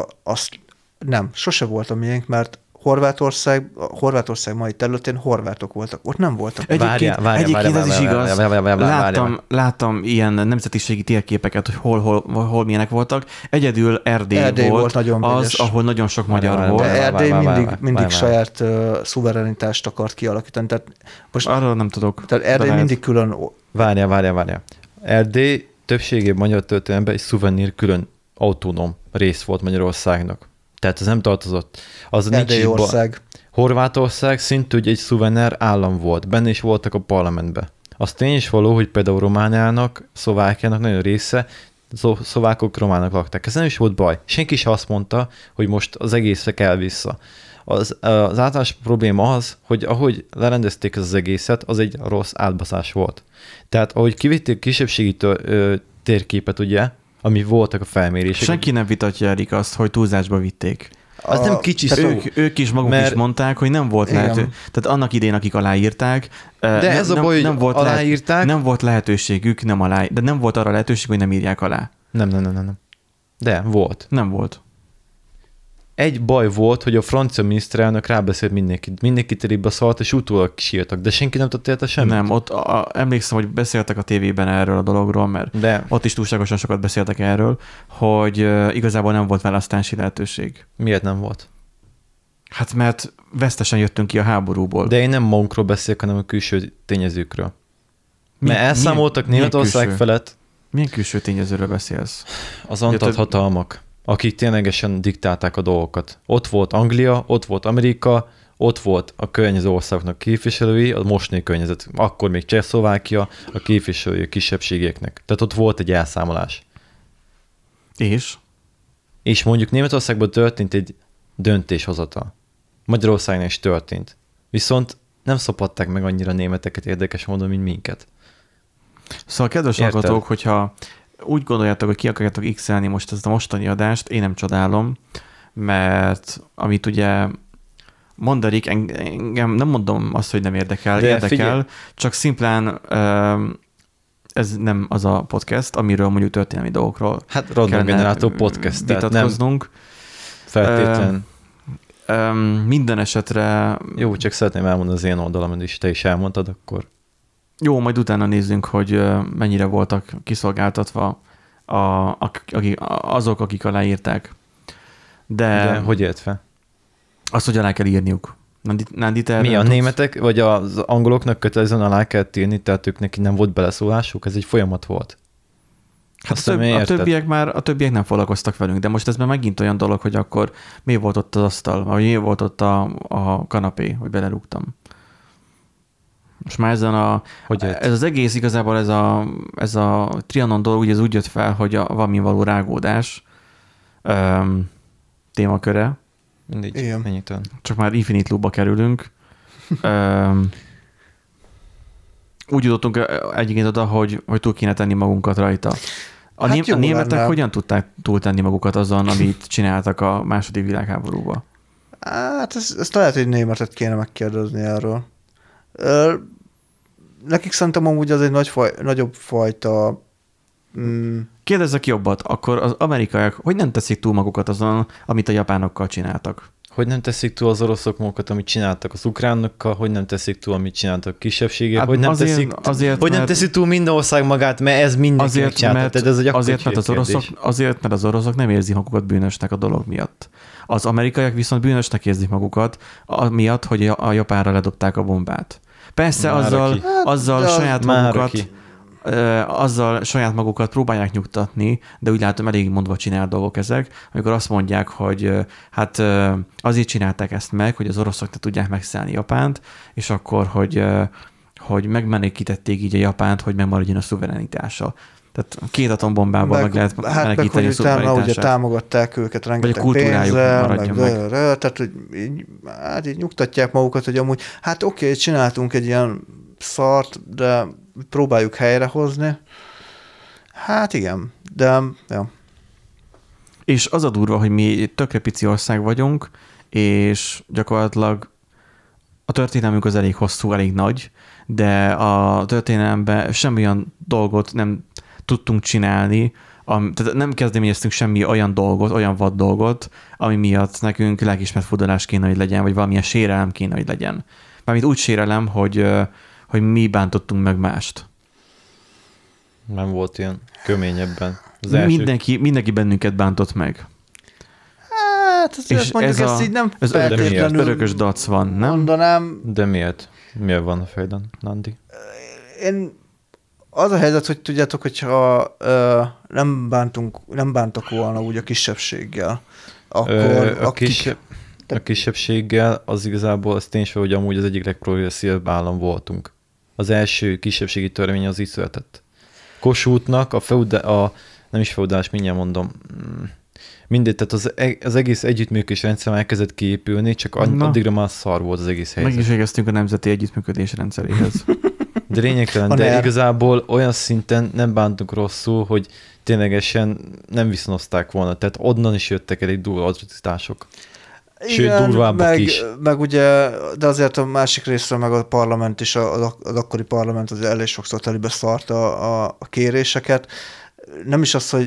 sose volt a miénk, mert Horvátország mai területén horvátok voltak. Ott nem voltak. Egyébként ez is igaz. Láttam ilyen nemzetiségi térképeket, hogy hol milyenek voltak. Egyedül Erdély volt nagyon az, ahol nagyon sok magyar volt. Erdély mindig saját szuverenitást akart kialakítani. Tehát most arról nem tudok. Tehát Erdély mindig külön... Várjál. Erdély többségében magyar történelemben egy szuvenír külön autonóm rész volt Magyarországnak. Tehát ez nem tartozott. Az Erdélyország. Horvátország szintúgy egy szuvener állam volt. Benne is voltak a parlamentben. Az tény is való, hogy például Romániának, Szlovákiának nagyon része, szlovákok románok lakták. Ez nem is volt baj. Senki sem azt mondta, hogy most az egészre kell vissza. Az általános probléma az, hogy ahogy lerendezték az egészet, az egy rossz átbaszás volt. Tehát ahogy kivitték kisebbségi térképet, ugye, ami voltak a felmérések. Senki nem vitatja Erik azt, hogy túlzásba vitték. Az nem kicsi szó. Ők is maguk is mondták, hogy nem volt lehető. Tehát annak idején, akik aláírták, de ez a baj, hogy aláírták. Nem volt lehetőségük, de nem volt arra lehetőség, hogy nem írják alá. Nem. De volt. Nem volt. Egy baj volt, hogy a francia miniszterelnök rábeszélt mindenki terébe szalt, és utólag sírtak, de senki nem tudta érte semmit. Nem, ott emlékszem, hogy beszéltek a tévében erről a dologról, mert ott is túlságosan sokat beszéltek erről, hogy igazából nem volt választási lehetőség. Miért nem volt? Hát mert vesztesen jöttünk ki a háborúból. De én nem magunkról beszélek, hanem a külső tényezőkről. Mert elszámoltak Németország felett. Milyen külső tényezőről beszélsz? Az antalt hatalmak, akik ténylegesen diktálták a dolgokat. Ott volt Anglia, ott volt Amerika, ott volt a környező országoknak képviselői, a mostani környezet, akkor még Csehszlovákia, a képviselői a kisebbségeknek. Tehát ott volt egy elszámolás. És mondjuk Németországban történt egy döntéshozatal. Magyarországon is történt. Viszont nem szopatták meg annyira németeket érdekes módon, mint minket. Szóval kedves hallgatók, hogyha úgy gondoljátok, hogy ki akarjátok x-elni most ezt a mostani adást, én nem csodálom, mert amit ugye mondarik, engem nem mondom azt, hogy nem érdekel, figyelj. Csak szimplán ez nem az a podcast, amiről mondjuk történelmi dolgokról hát Random Generátor podcast, vitatkoznunk. Feltétlen. Minden esetre... Jó, csak szeretném elmondani az én oldalamon is, te is elmondtad, akkor... Jó, majd utána nézzünk, hogy mennyire voltak kiszolgáltatva azok, akik aláírták. De hogy ért fel? Azt, hogy alá kell írniuk. Mi a németek, vagy az angoloknak kötelezően alá kell írni, tehát ők neki nem volt beleszólásuk? Ez egy folyamat volt. Hát a többiek nem foglalkoztak velünk, de most ez már megint olyan dolog, hogy akkor mi volt ott az asztal, vagy mi volt ott a kanapé, hogy belerúgtam. Most már ez az egész igazából ez a Trianon dolog, ugye ez úgy jött fel, hogy a valami való rágódás témaköre. Mindig. Mennyitől. Csak már Infinite Loop-ba kerülünk. Úgy jutottunk egyébként oda, hogy túl kéne tenni magunkat rajta. A németek hogyan tudták túltenni magukat azon, amit csináltak a második világháborúban? Hát ezt lehet, hogy németet kéne megkérdezni erről. Nekik szerintem amúgy az egy nagyobb fajta... Kérdezzek jobbat, akkor az amerikaiak hogy nem teszik túl magukat azon, amit a japánokkal csináltak? Hogy nem teszik túl az oroszok magukat, amit csináltak az ukránokkal, hogy nem teszik túl, amit csináltak a kisebbségek, hát hogy nem teszik túl minden ország magát, mert ez mindenki megcsinálta. Azért, mert az oroszok nem érzik magukat bűnösnek a dolog miatt. Az amerikaiak viszont bűnösnek érzik magukat, miatt, hogy a Japánra ledobták a bombát. Persze azzal saját magukat próbálják nyugtatni, de úgy látom elég mondva csinál dolgok ezek, amikor azt mondják, hogy hát azért csinálták ezt meg, hogy az oroszok ne tudják megszállni Japánt, és akkor, hogy megmenekítették így a Japánt, hogy megmaradjon a szuverenitása. Tehát 2 atombombával meg lehet melegíteni a szuverenitását. Ugye támogatták őket rengeteg pénzzel, tehát hogy így nyugtatják magukat, hogy amúgy, hát oké, csináltunk egy ilyen szart, de próbáljuk helyrehozni. Hát igen, de ja. És az a durva, hogy mi tökre pici ország vagyunk, és gyakorlatilag a történelmünk az elég hosszú, elég nagy, de a történelemben semmilyen dolgot nem tudtunk csinálni, tehát nem kezdeményeztünk semmi olyan dolgot, olyan vad dolgot, ami miatt nekünk lelkiismert furdalás kéne, hogy legyen, vagy valamilyen sérelem kéne, hogy legyen. Mármint úgy sérelem, hogy mi bántottunk meg mást. Nem volt ilyen keményebben. Mindenki bennünket bántott meg. Hát, és mondjuk ezt így nem feltétlenül örökös dac van, nem? Mondanám. De miért? Miért van a fejeden, Nandi? Az a helyzet, hogy tudjátok, hogyha nem bántak volna úgy a kisebbséggel, akkor a kisebbséggel az igazából az tény, hogy amúgy az egyik legprogresszívebb állam voltunk. Az első kisebbségi törvény az így született. Kossuthnak nem is feudálás, mindjárt mondom, mindegy, tehát az egész együttműködés rendszer elkezdett kiépülni, csak addigra már szar volt az egész helyzet. Meg is végeztünk a nemzeti együttműködés rendszeréhez. De lényegtelen, de igazából olyan szinten nem bántunk rosszul, hogy ténylegesen nem viszonozták volna. Tehát onnan is jöttek elég durva atrocitások. Sőt, durvábbak is. Meg ugye, de azért a másik részről meg a parlament is, az akkori parlament az elég sokszor telibe szarta a kéréseket. Nem is az,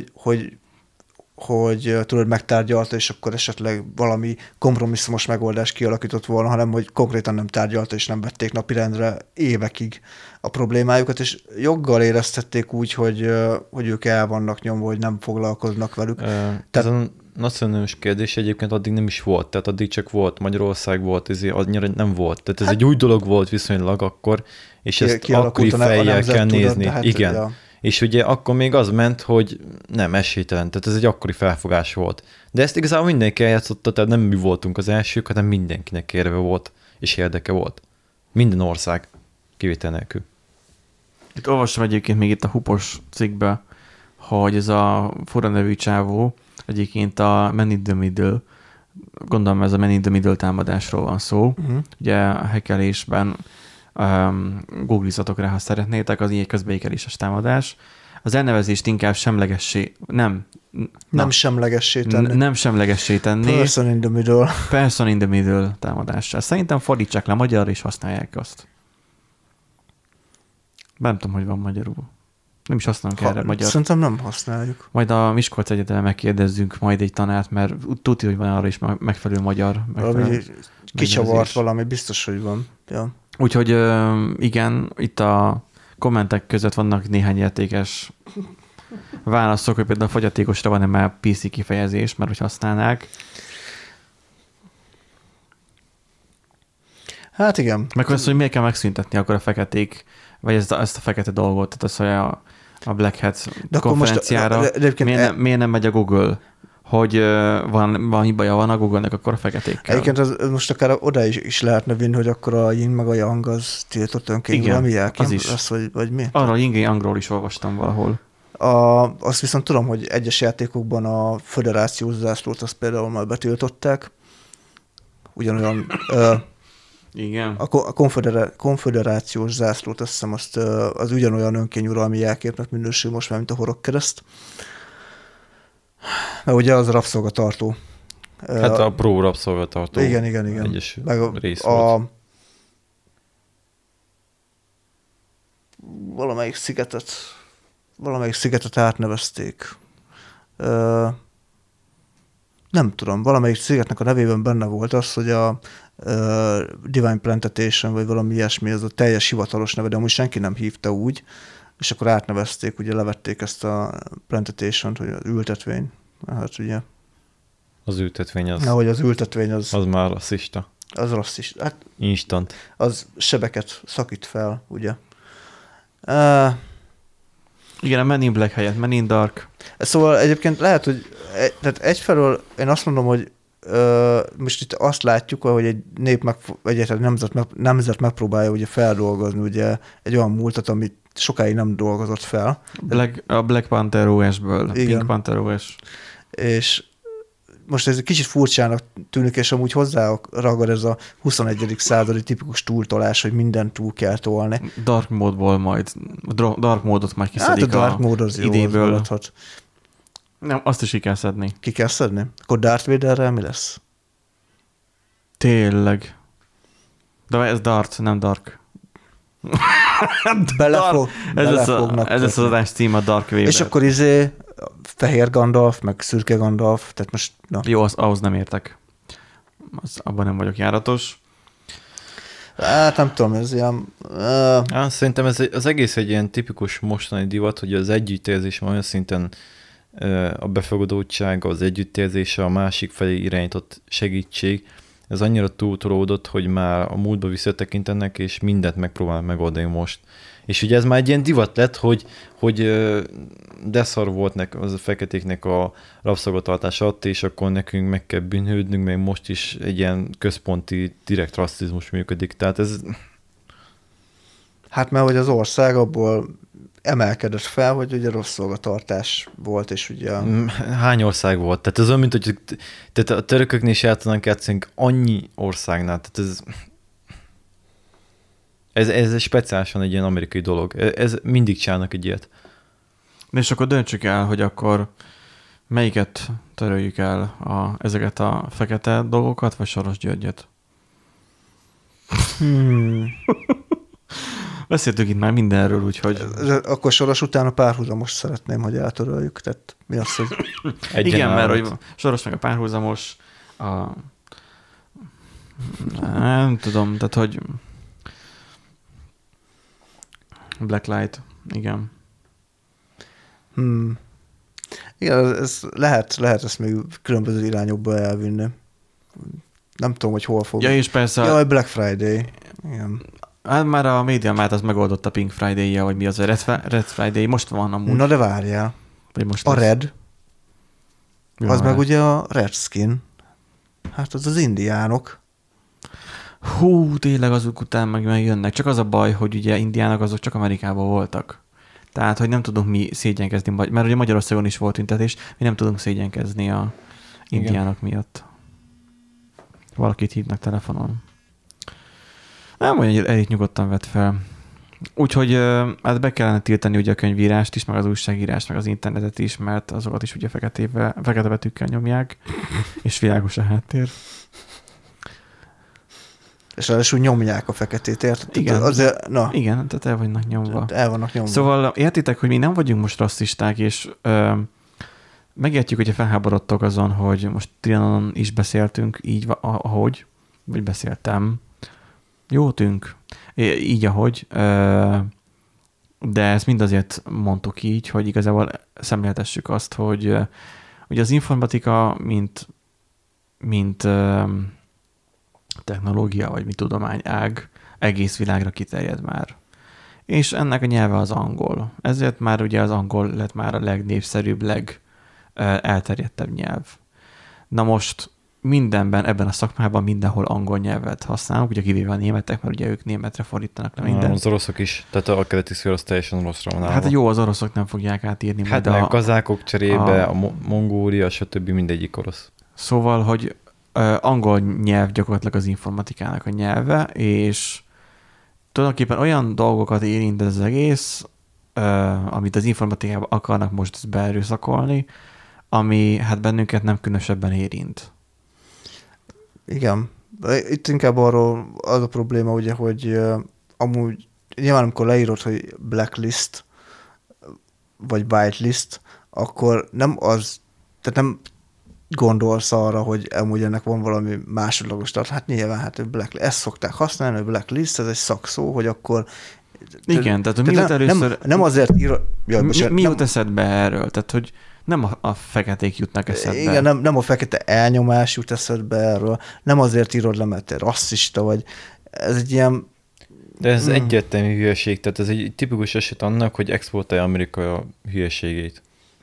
hogy tudod, megtárgyalta, és akkor esetleg valami kompromisszumos megoldás kialakított volna, hanem hogy konkrétan nem tárgyalta, és nem vették napirendre évekig a problémájukat, és joggal éreztették úgy, hogy ők el vannak nyomva, hogy nem foglalkoznak velük. Ez a nacionális kérdés egyébként addig nem is volt, tehát addig csak volt, Magyarország volt, ez annyira nem volt. Tehát ez egy új dolog volt viszonylag akkor, és ezt akkori fejjel kell nézni. Tehát, igen. Ja. És ugye akkor még az ment, hogy nem, esélytelen, tehát ez egy akkori felfogás volt. De ezt igazából mindenki eljátszotta, tehát nem mi voltunk az elsők, hanem mindenkinek érve volt, és érdeke volt. Minden ország, kivétel nélkül. Itt olvastam egyébként még itt a Hupos cikkbe, hogy ez a fura nevű csávó, egyébként a Man in the Middle, gondolom ez a Man in the Middle támadásról van szó. Ugye a hackelésben googlizatok rá, ha szeretnétek, az így közbeékeléses támadás. Az elnevezést inkább semlegessé, nem semlegessé tenni. Nem semlegessé tenni. Person in the middle. Person in the middle támadás. Szerintem fordítsák le magyarra, és használják azt. Nem tudom, hogy van magyarul. Nem is használunk erre magyar. Szerintem nem használjuk. Majd a Miskolc Egyetemen megkérdezzünk majd egy tanárt, mert tudja, hogy van arra is megfelelő magyar. Valami kicsavart valami, biztos, hogy van. Ja. Úgyhogy igen, itt a kommentek között vannak néhány értékes válaszok, hogy például a fogyatékosra van-e már PC kifejezés, mert hogy használnák. Hát igen. Meg azt, hogy miért kell megszüntetni akkor a feketék, vagy ezt a fekete dolgot, tehát az, hogy a Black Hat konferenciára miért nem megy a Google? Hogy van hibaja van a Google-nek, akkor a feketékkel. Egyébként az most akár oda is lehetne vinni, hogy akkor a Yin meg a Yang az tiltott önként valami az is. Lesz, vagy mi? Arra a Yin Yangról is olvastam valahol. Azt viszont tudom, hogy egyes játékokban a föderációs zászlót azt például már betiltották. Ugyanolyan igen. A konföderációs zászlót, azt hiszem, az ugyanolyan önkényuralmi jelképnek minősül most már, mint a Horogkereszt. Mert ugye az rabszolgatartó. Hát a pró rabszolgatartó. Igen. Egyes meg rész volt. Valamelyik szigetet átnevezték. Nem tudom, valamelyik szigetnek a nevében benne volt az, hogy a Divine Plantation, vagy valami ilyesmi, ez a teljes hivatalos neve, de amúgy senki nem hívta úgy, és akkor átnevezték, ugye levették ezt a Plantation-t, hogy az ültetvény. Hát ugye. Az ültetvény az. Ahogy az ültetvény az. Az már rasszista. Az rasszista. Hát instant. Az sebeket szakít fel, ugye. Igen, a Men in Black helyett, Men in Dark. Szóval egyébként lehet, hogy tehát egyfelől én azt mondom, hogy most itt azt látjuk, hogy egy nemzet megpróbálja ugye feldolgozni ugye egy olyan múltat, sokáig nem dolgozott fel. A Black Panther OS-ből, igen. Pink Panther OS. És most ez egy kicsit furcsának tűnik, és amúgy hozzá ragad ez a 21. századi tipikus túltolás, hogy mindent túl kell tolni. Dark módból majd, dark módot majd kiszedik hát a dark mód az idéből. Nem, azt is ki kell szedni. Ki kell szedni? Akkor Darth Vaderrel mi lesz? Tényleg. De ez Darth, nem Dark. Ez az adás cím a Dark Vader. És akkor fehér Gandalf, meg szürke Gandalf, tehát most... Na. Jó, ahhoz nem értek. Abban nem vagyok járatos. Hát nem tudom, ez ilyen... Szerintem az egész egy ilyen tipikus mostani divat, hogy az együttérzés olyan szinten a befogadottság, az együttérzése, a másik felé irányított segítség, ez annyira túltolódott, hogy már a múltba visszatekintenek, és mindent megpróbál megoldani most. És ugye ez már egy ilyen divat lett, hogy deszar volt az a feketéknek a rabszolgatartás alatt, és akkor nekünk meg kell bűnhődnünk, meg most is egy ilyen központi direkt rasszizmus működik. Tehát ez... Hát mert hogy az ország abból emelkedett fel, hogy ugye rabszolgatartás volt, és ugye... Hány ország volt? Tehát ez olyan, mint hogy tehát a törököknél is el tudnánk játszani annyi országnál. Tehát ez speciálisan egy ilyen amerikai dolog. Ez mindig csinálnak egy ilyet. És akkor döntsük el, hogy akkor melyiket töröljük el, ezeket a fekete dolgokat, vagy Soros Györgyet? Beszéltünk itt már mindenről, úgyhogy... Akkor Soros után a párhuzamos szeretném, hogy eltöröljük. Tehát mi az, hogy... Igen, mert hogy Soros meg a párhuzamos, nem tudom, tehát hogy Blacklight, igen. Igen, ez lehet ezt még különböző irányokba elvinni. Nem tudom, hogy hol fog. Ja, és persze... Jaj, Black Friday. Igen. Hát már a MediaMarkt az megoldotta Pink Friday-ja, vagy mi az a Red Friday, most van amúgy. Na de várjál. Vagy most a lesz. Red, az meg ugye a Redskin. Hát az indiánok. Hú, tényleg azok után meg jönnek. Csak az a baj, hogy ugye indiánok azok csak Amerikában voltak. Tehát, hogy nem tudunk mi szégyenkezni, mert ugye Magyarországon is volt tüntetés, mi nem tudunk szégyenkezni a indiánok miatt. Valakit hívnak telefonon. Nem, hogy elég nyugodtan vett fel. Úgyhogy hát be kellene tiltani ugye a könyvírást is, meg az újságírást, meg az internetet is, mert azokat is ugye fekete betűkkel nyomják, és világos a háttér. És ráadásul nyomják a feketét, érted? Igen, azért, na. Igen, tehát el vannak nyomva. El vannak nyomva. Szóval értitek, hogy mi nem vagyunk most rasszisták, és megértjük, hogyha felháborodtok azon, hogy most Trianon is beszéltünk így, ahogy, vagy beszéltem. Jó tűnk. Így, ahogy. De ezt mind azért mondtuk így, hogy igazából szemléltessük azt, hogy ugye az informatika, mint technológia, vagy mint tudományág egész világra kiterjed már. És ennek a nyelve az angol. Ezért már ugye az angol lett már a legnépszerűbb, legelterjedtebb nyelv. Na most mindenben, ebben a szakmában mindenhol angol nyelvet használunk, ugye kivéve a németek, mert ugye ők németre fordítanak le mindent. Az oroszok is, tehát a keleti szféra az teljesen oroszra van állva. Hát jó, az oroszok nem fogják átírni. Hát meg a kazákok cserébe, a mongólia, stb. Mindegyik orosz. Szóval, hogy angol nyelv gyakorlatilag az informatikának a nyelve, és tulajdonképpen olyan dolgokat érint az egész, amit az informatikában akarnak most beerőszakolni, ami hát bennünket nem különösebben érint. Igen. Itt inkább arról az a probléma, ugye, hogy amúgy nyilván amikor leírod, hogy blacklist vagy whitelist, akkor nem az, tehát nem gondolsz arra, hogy amúgy ennek van valami másodlagos tartalom. Hát nyilván, hát blacklist, ezt szokták használni, hogy blacklist, ez egy szakszó, hogy akkor... Igen, tehát mióta először... Nem azért írod... Mi jut eszedbe erről? Tehát, hogy nem a feketék jutnak eszedbe. Igen, nem a fekete elnyomás jut eszedbe erről. Nem azért írod le, mert te rasszista vagy. Ez egy ilyen... De ez egyértelmű hülyeség. Tehát ez egy tipikus eset annak, hogy exportálja Amerika a hülyeségét.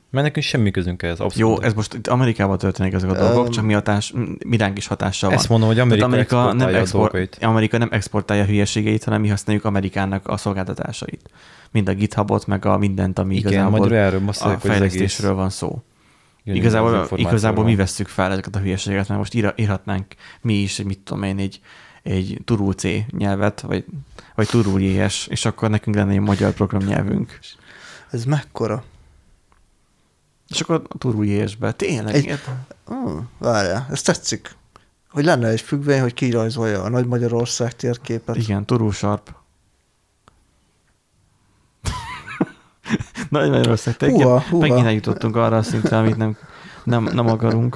Mert nekünk semmi közünk ehhez, abszolút. Jó, ez most itt Amerikában történik ezek a dolgok, csak mi ránk is hatással van. Ezt mondom, hogy Amerika nem exportálja hülyeségeit, hanem mi használjuk Amerikának a szolgáltatásait. Mind a GitHubot, meg a mindent, ami igazából a fejlesztésről van szó. Igazából mi vesszük fel ezeket a hülyeségeket, mert most írhatnánk mi is, mit tudom én, egy turul C nyelvet, vagy turul JS, és akkor nekünk lenne egy magyar programnyelvünk. Ez mekkora? És akkor a turul JS-be. Tényleg? Várjál, ez tetszik. Hogy lenne egy függvény, hogy kirajzolja a Nagy Magyarország térképet. Igen, turul sharp. Nagy Magyarország térkép. Megint eljutottunk arra a szintre, amit nem akarunk.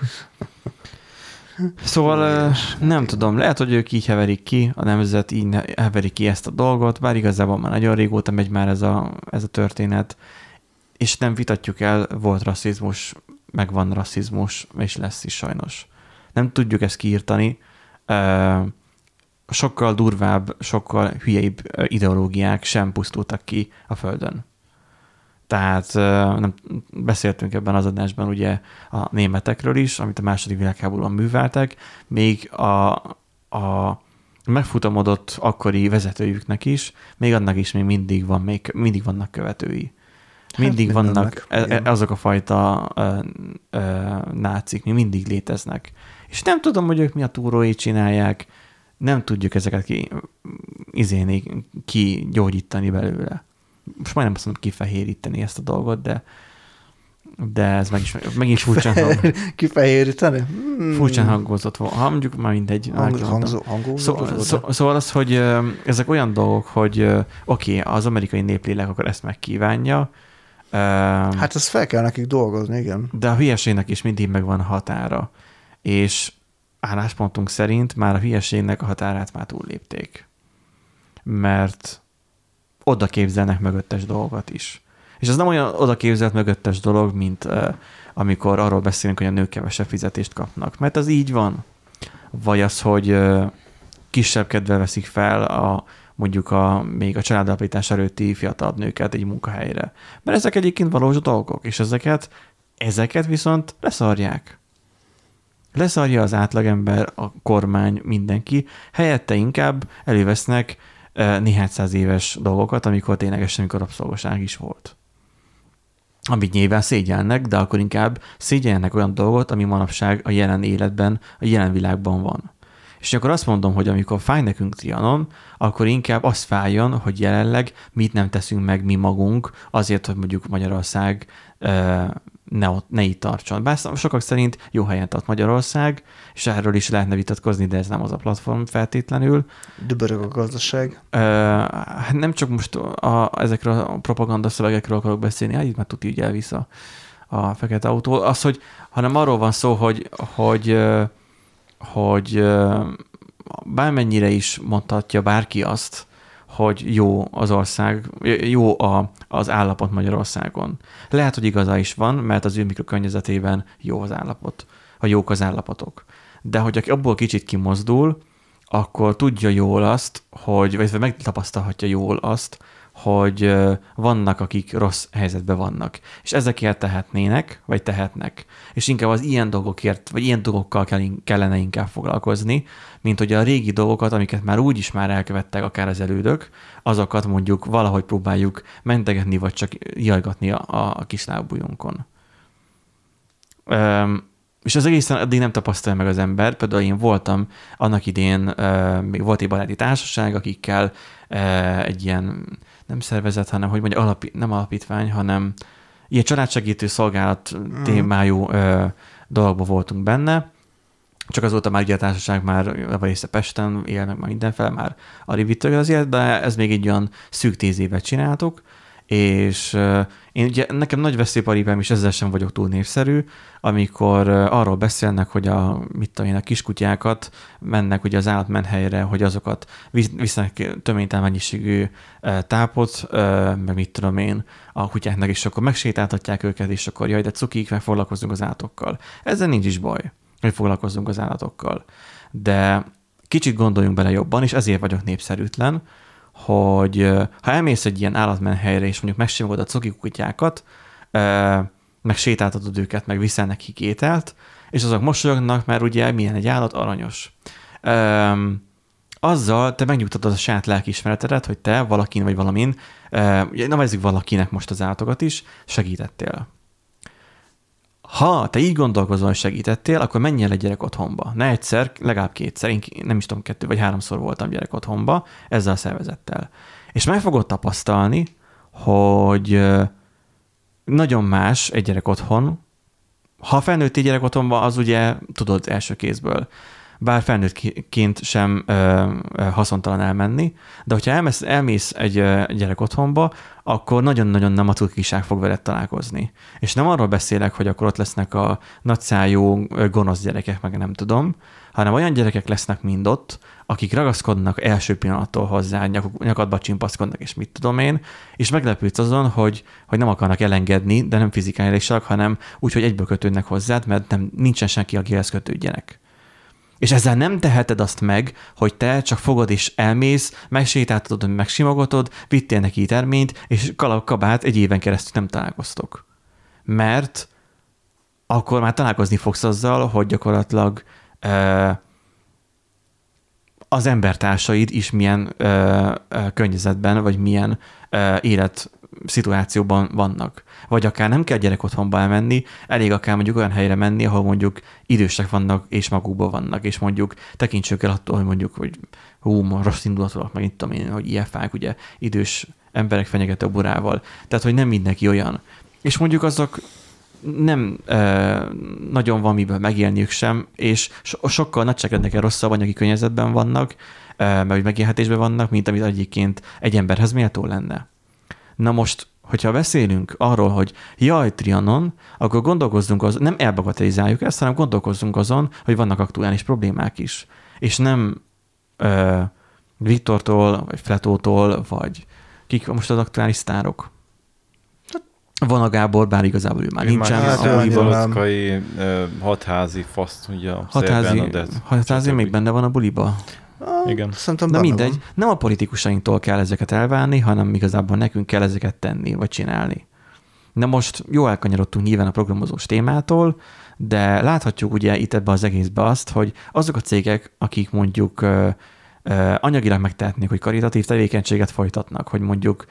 Szóval nem tudom, lehet, hogy ők így heverik ki, a nemzet így heverik ki ezt a dolgot, bár igazából már nagyon régóta megy már ez a történet, és nem vitatjuk el, volt rasszizmus, meg van rasszizmus, és lesz is sajnos. Nem tudjuk ezt kiírtani. Sokkal durvább, sokkal hülyeibb ideológiák sem pusztultak ki a Földön. Tehát nem beszéltünk ebben az adásban ugye a németekről is, amit a második világháborúban műveltek, még a megfutamodott akkori vezetőjüknek is, még annak is még mindig vannak követői. Mindig vannak azok a fajta nácik, még mindig léteznek. És nem tudom, hogy ők mi a túróit csinálják, nem tudjuk ezeket kigyógyítani belőle. Most majdnem azt mondom kifehéríteni ezt a dolgot, de ez megint furcsán Kifehéríteni? Furcsán hangozott volt. Ha mondjuk már mindegy. Szóval az, hogy ezek olyan dolgok, hogy oké, az amerikai néplélek akkor ezt megkívánja. Hát ezt fel kell nekik dolgozni, igen. De a hülyeségnek is mindig megvan a határa. És álláspontunk szerint már a hülyeségnek a határát már túllépték. Mert oda képzelnek mögöttes dolgokat is. És ez nem olyan oda képzelt mögöttes dolog, mint amikor arról beszélünk, hogy a nők kevesebb fizetést kapnak. Mert az így van. Vagy az, hogy kisebb kedvel veszik fel mondjuk még a családalapítás előtti fiatalabb nőket egy munkahelyre. Mert ezek egyébként valós dolgok, és ezeket viszont leszarják. Leszarja az átlagember, a kormány, mindenki. Helyette inkább elővesznek néhány száz éves dolgokat, amikor ténylegesen, amikor rabszolgaság is volt. Amit nyilván szégyelnek, de akkor inkább szégyelnek olyan dolgot, ami manapság a jelen életben, a jelen világban van. És akkor azt mondom, hogy amikor fáj nekünk Trianon, akkor inkább az fájjon, hogy jelenleg mit nem teszünk meg mi magunk azért, hogy mondjuk Magyarország ne így tartson. Bár sokak szerint jó helyen tart Magyarország, és erről is lehetne vitatkozni, de ez nem az a platform feltétlenül. Dübörög a gazdaság. Nem csak most ezekről a propaganda szövegekről akarok beszélni, itt már tuti, így elvisz a fekete autó. Hanem arról van szó, hogy bármennyire is mondhatja bárki azt, hogy jó az ország, jó az állapot Magyarországon. Lehet, hogy igaza is van, mert az ő mikrokörnyezetében jó az állapot, ha jók az állapotok. De hogy aki abból kicsit kimozdul, akkor tudja jól azt, vagy megtapasztalhatja jól azt, hogy vannak, akik rossz helyzetben vannak. És ezekért tehetnének, vagy tehetnek. És inkább az ilyen dolgokért, vagy ilyen dolgokkal kellene inkább foglalkozni, mint hogy a régi dolgokat, amiket már úgyis már elkövettek akár az elődök, azokat mondjuk valahogy próbáljuk mentegetni, vagy csak jajgatni a kis lábujjunkon. És az egészen addig nem tapasztalja meg az ember. Például én voltam annak idén, még volt egy baráti társaság, akikkel egy ilyen nem szervezet, hanem hogy mondja, nem alapítvány, hanem ilyen családsegítő szolgálat témájú dolgokban voltunk benne. Csak azóta már ugye a társaság már része Pesten él, meg már mindenfele, már alig vittük azért, de ez még egy olyan szűk 10 évet csináltuk, és én ugye nekem nagy veszélyparipám is, ezzel sem vagyok túl népszerű, amikor arról beszélnek, hogy a kiskutyákat mennek ugye az állatmenhelyre, hogy azokat visznek töménytelen mennyiségű tápot, meg mit tudom én, a kutyáknak is akkor megsétáltatják őket, és akkor jaj, de cukik, meg foglalkozunk az állatokkal. Ezzel nincs is baj, hogy foglalkozzunk az állatokkal. De kicsit gondoljunk bele jobban, és ezért vagyok népszerűtlen, hogy ha elmész egy ilyen állatmenhelyre, és mondjuk megsimogatod a cuki kutyákat, meg sétáltatod őket, meg viszel nekik ételt, és azok mosolyognak, mert ugye milyen egy állat, aranyos. Azzal te megnyugtatod a saját lelkiismeretedet, hogy te valakin vagy valamin, nevezzük valakinek most az állatokat is, segítettél. Ha te így gondolkozol, hogy segítettél, akkor menj el egy gyerek otthonba. Ne egyszer, legalább kétszer, én nem is tudom, 2 vagy 3-szor voltam gyerek otthonba ezzel a szervezettel. És meg fogod tapasztalni, hogy nagyon más egy gyerek otthon. Ha felnőtti gyerek otthonban, az ugye tudod első kézből. Bár felnőttként sem haszontalan elmenni, de hogyha elmész egy gyerek otthonba, akkor nagyon-nagyon nem a cukiság fog veled találkozni. És nem arról beszélek, hogy akkor ott lesznek a nagyszájú, gonosz gyerekek, meg nem tudom, hanem olyan gyerekek lesznek mind ott, akik ragaszkodnak első pillanattól hozzá, nyakadba csimpaszkodnak, és mit tudom én, és meglepődsz azon, hogy nem akarnak elengedni, de nem fizikálisak, hanem úgy, hogy egyből kötődnek hozzád, mert nincsen senki, akihez kötődjenek. És ezzel nem teheted azt meg, hogy te csak fogod és elmész, megsétáltatod, megsimogatod, vittél neki terményt, és kabát egy éven keresztül nem találkoztok. Mert akkor már találkozni fogsz azzal, hogy gyakorlatilag az embertársaid is milyen környezetben, vagy milyen életszituációban vannak. Vagy akár nem kell gyerek otthonba elmenni, elég akár mondjuk olyan helyre menni, ahol mondjuk idősek vannak, és magukban vannak, és mondjuk tekintsük el attól, hogy mondjuk, hogy rossz indulatúak, meg itt tudom én, hogy IFA-k, ugye idős emberek fenyegető burával. Tehát, hogy nem mindenki olyan. És mondjuk azok nem nagyon van miből megélniük sem, és sokkal nagyságrendekkel rosszabb anyagi környezetben vannak, mert hogy megélhetésben vannak, mint amit egyébként egy emberhez méltó lenne. Na most, hogyha beszélünk arról, hogy jaj, Trianon, akkor gondolkozzunk azon, nem elbagatelizáljuk ezt, hanem gondolkozzunk azon, hogy vannak aktuális problémák is. És nem Viktortól, vagy Fletótól, vagy kik most az aktuális sztárok? Van a Gábor, bár igazából ő már nincsen. Balockai, hatházi faszt, ugye a hatházi még benne van a buliba. Igen. De mindegy, van. Nem a politikusainktól kell ezeket elvárni, hanem igazából nekünk kell ezeket tenni, vagy csinálni. Na most jó elkanyarodtunk nyilván a programozós témától, de láthatjuk ugye itt ebbe az egészbe azt, hogy azok a cégek, akik mondjuk anyagilag megtehetnék, hogy karitatív tevékenységet folytatnak, hogy mondjuk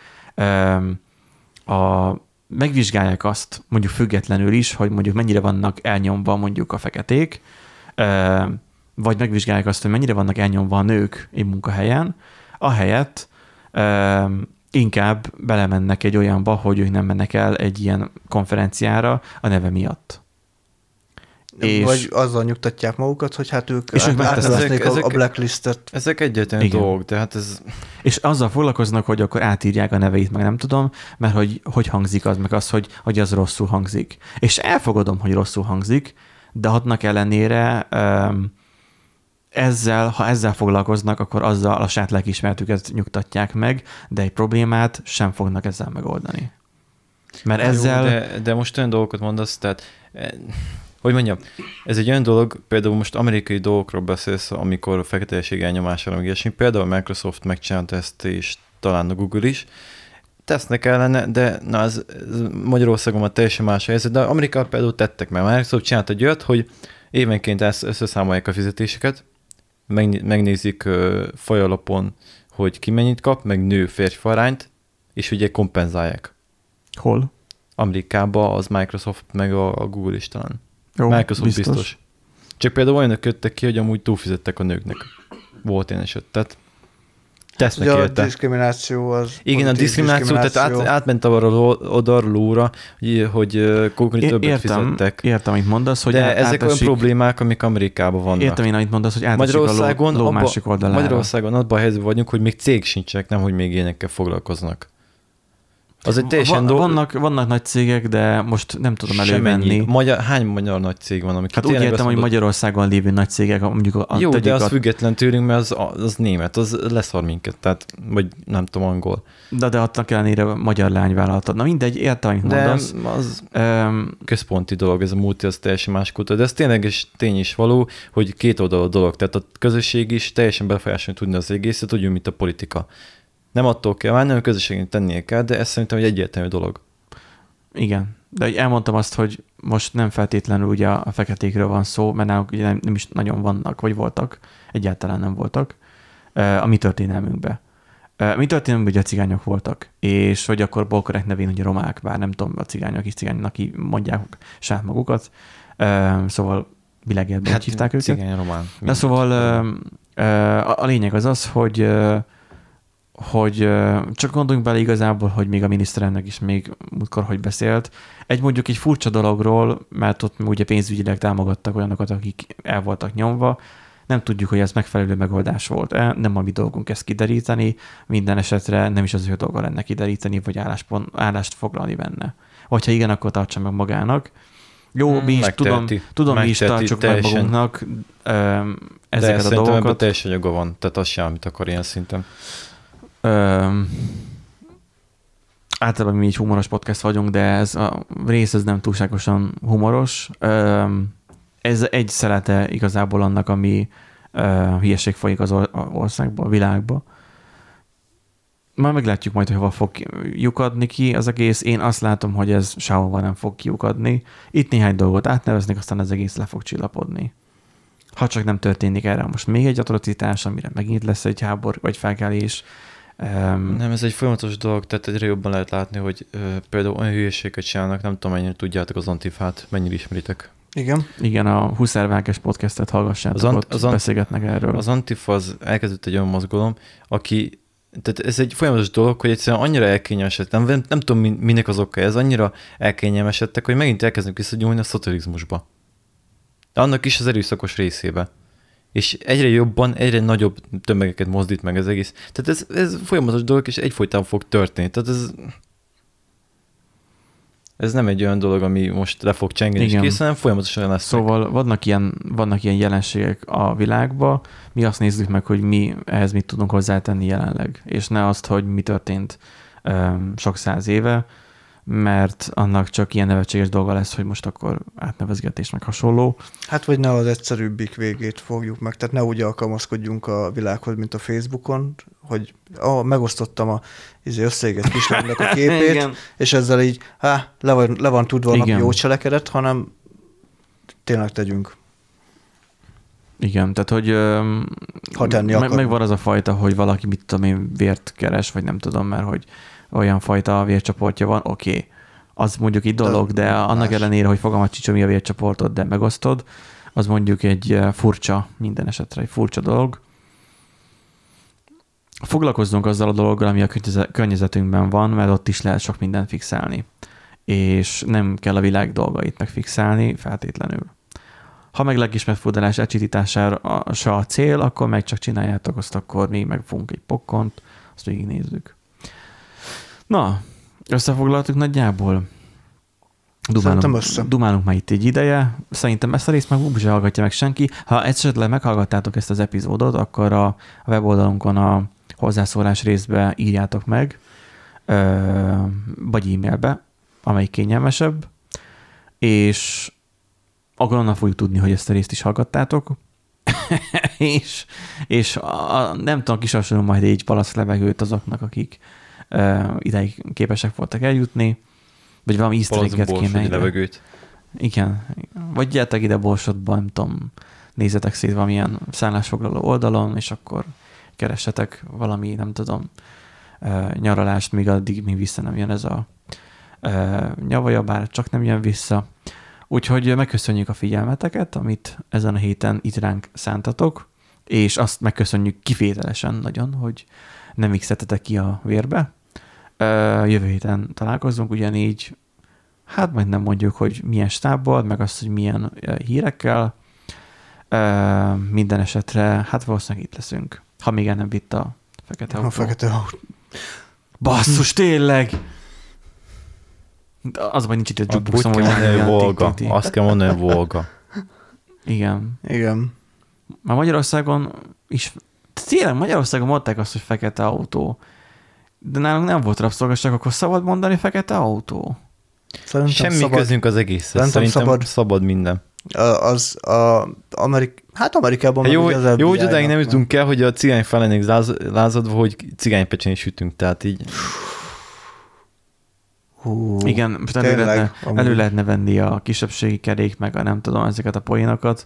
megvizsgálják azt mondjuk függetlenül is, hogy mondjuk mennyire vannak elnyomva mondjuk a feketék, vagy megvizsgálják azt, hogy mennyire vannak elnyomva a nők egy munkahelyen, ahelyett inkább belemennek egy olyanba, hogy ők nem mennek el egy ilyen konferenciára a neve miatt. Vagy azzal nyugtatják magukat, hogy hát ők átvesznek a blacklistet. Ezek egyetlen dolgok, de hát ez... És azzal foglalkoznak, hogy akkor átírják a neveit, meg nem tudom, mert hogy hangzik az, meg az, hogy az rosszul hangzik. És elfogadom, hogy rosszul hangzik, de hatnak ellenére ha ezzel foglalkoznak, akkor azzal a saját lelkiismeretüket nyugtatják meg, de egy problémát sem fognak ezzel megoldani. Mert ezzel... Jó, de most olyan dolgokat mondasz, tehát... Hogy mondjam, ez egy olyan dolog, például most amerikai dolgokról beszélsz, amikor a feketeség elnyomására meg ilyesmi, például a Microsoft megcsinálta ezt, és talán a Google is, tesznek ellene, de na ez Magyarországon már teljesen más helyzet, de Amerikában például tettek, mert Microsoft csinált egy olyat, hogy évenként összeszámolják a fizetéseket, megnézik faj alapon, hogy ki mennyit kap, meg nő-férfi arányt, és ugye kompenzálják. Hol? Amerikában az Microsoft, meg a Google is talán. Jó, Microsoft biztos. Csak például olyanok jöttek ki, hogy amúgy túlfizettek a nőknek. Volt ilyen eset. Tehát tesznek érte. A diszkrimináció az... Igen, a diszkrimináció, tehát átment arról óra, hogy konkrét többet fizettek. Értem, amit mondasz, hogy de ezek olyan problémák, amik Amerikában vannak. Értem én, amit mondasz, hogy átesik a ló másik oldalára. Magyarországon abban a helyzetben vagyunk, hogy még cég sincsenek, nem, hogy még ilyenekkel foglalkoznak. Az egy teljesen vannak nagy cégek, de most nem tudom elővenni. Hány magyar nagy cég van? Hát úgy értem, hogy Magyarországon lévő nagy cégek, mondjuk jó, de az független tőlünk, mert az német, az leszar minket, tehát, vagy nem tudom, angol. De adtak ellenére magyar lányvállalatod. Na mindegy, értem, amit mondasz. De az központi dolog, ez a multi, az teljesen más kultúra, de ez tényleg tény is való, hogy kétoldalú dolog, tehát a közösség is teljesen befolyásolni tudni az egészet, úgy, mint a politika. Nem attól kell válni, a közösségén tennie kell, de ez szerintem egy egyértelmű dolog. Igen. De elmondtam azt, hogy most nem feltétlenül ugye a feketékről van szó, mert náluk ugye nem is nagyon vannak, vagy voltak, egyáltalán nem voltak a mi történelmünkben. Mi történelmünkben ugye a cigányok voltak, és hogy akkor bolkorek nevén ugye romák, bár nem tudom, a cigányok is cigánynak mondják saját magukat, szóval világéletben úgy hívták őket. Cigány, román. De szóval a lényeg az az, hogy csak gondoljunk bele igazából, hogy még a miniszterelnök is még múltkor hogy beszélt. Mondjuk egy furcsa dologról, mert ott ugye pénzügyileg támogattak olyanokat, akik el voltak nyomva. Nem tudjuk, hogy ez megfelelő megoldás volt-e, nem a mi dolgunk ezt kideríteni, minden esetre nem is az ő dolga lenne kideríteni, vagy állást foglalni benne. Hogyha igen, akkor tartsa meg magának. Jó, mi is tudom, mi is tartsuk meg magunknak ezeket a dolgokat. Ebben teljesen joga van, tehát az sem, amit akar ilyen szinten. Általában mi így humoros podcast vagyunk, de ez a rész ez nem túlságosan humoros. Ez egy szelete igazából annak, ami hülyeség folyik az országban, a világban. Már meglátjuk majd, hogy hova fog lyukadni ki az egész. Én azt látom, hogy ez sehova nem fog kiukadni. Itt néhány dolgot átneveznek, aztán az egész le fog csillapodni. Ha csak nem történik erre most még egy atrocitás, amire megint lesz egy háború vagy felkelés. Nem, ez egy folyamatos dolog, tehát egyre jobban lehet látni, hogy például olyan hülyeséget csinálnak, nem tudom, mennyire tudjátok az Antifát, mennyire ismeritek. Igen, a Huszárvákes podcastet hallgassátok, ott beszélgetnek erről. Az Antifa az elkezdett egy olyan mozgalom, aki, tehát ez egy folyamatos dolog, hogy egyszerűen annyira elkényelmesedtek, nem tudom minek az oka, ez annyira elkényelmesedtek, hogy megint elkezdünk visszagyúlni a szocializmusba. De annak is az erőszakos részébe. És egyre jobban, egyre nagyobb tömegeket mozdít meg az egész. Tehát ez folyamatos dolog, és egyfolytában fog történni. Tehát ez nem egy olyan dolog, ami most le fog csengeni, és kész, hanem folyamatosan lesz. Szóval vannak ilyen jelenségek a világban, mi azt nézzük meg, hogy mi ehhez mit tudunk hozzátenni jelenleg, és ne azt, hogy mi történt sok száz éve, mert annak csak ilyen nevetséges dolga lesz, hogy most akkor átnevezgetés meg hasonló. Hát vagy ne az egyszerűbbik végét fogjuk meg, tehát ne úgy alkalmazkodjunk a világhoz, mint a Facebookon, hogy megosztottam a összeégett kislánynak a képét, és ezzel így le van tudva a napi jó cselekedet, hanem tényleg tegyünk. Igen, tehát hogy megvan az a fajta, hogy valaki mit tudom én vért keres, vagy nem tudom, mert hogy olyan fajta vércsoportja van, oké. Az mondjuk egy dolog, de annak ellenére, hogy fogalmat csicsom, mi a vércsoportod, de megosztod, az mondjuk egy furcsa, minden esetre egy furcsa dolog. Foglalkozzunk azzal a dologgal, ami a környezetünkben van, mert ott is lehet sok mindent fixálni. És nem kell a világ dolgait megfixálni feltétlenül. Ha meg legismert furdalás elcsitítására a cél, akkor meg csak csináljátok, azt akkor mi megfogunk egy pokkont, azt végignézzük. Na, összefoglaltuk nagyjából. Dumálunk már itt egy ideje. Szerintem ezt a részt meg úgy sem hallgatja meg senki. Ha esetleg meghallgattátok ezt az epizódot, akkor a weboldalunkon a hozzászólás részbe írjátok meg, vagy e-mailbe, amelyik kényelmesebb, és akkor onnan fogjuk tudni, hogy ezt a részt is hallgattátok. és nem tudom, kisassolom majd egy palasz levegőt azoknak, akik ideig képesek voltak eljutni, vagy valami easter egget kéne. Levegőt. Igen. Vagy gyertek ide Borsodban, nem tudom, nézzetek szét valamilyen szállásfoglaló oldalon, és akkor keressetek valami, nem tudom, nyaralást, míg vissza nem jön ez a nyavaja, bár csak nem jön vissza. Úgyhogy megköszönjük a figyelmeteket, amit ezen a héten itt ránk szántatok, és azt megköszönjük kifételesen nagyon, hogy nem mixeltetek ki a vérbe. Jövő héten találkozunk ugyanígy, hát majd nem mondjuk, hogy milyen stábbal, meg azt, hogy milyen hírekkel. Minden esetre, hát valószínűleg itt leszünk. Ha még el nem vitt a fekete autó. A fekete autó. Basszus, tényleg! Az, hogy nincs itt a jukeboxom, hogy Volga. Azt kell mondani, hogy Volga. Igen. Igen. Már Magyarországon is, tényleg Magyarországon mondták azt, hogy fekete autó. De nálunk nem volt rabszolgasság, akkor szabad mondani fekete autó? Szerintem semmi közünk az egészhez. Szerintem szabad minden. Amerikában jó, hogy odáig nem jutunk el, hogy a cigány fel lennénk lázadva, hogy cigánypecsén sütünk, tehát így. Igen, most elő lehetne venni a kisebbségi kerék, meg a nem tudom, ezeket a poénokat.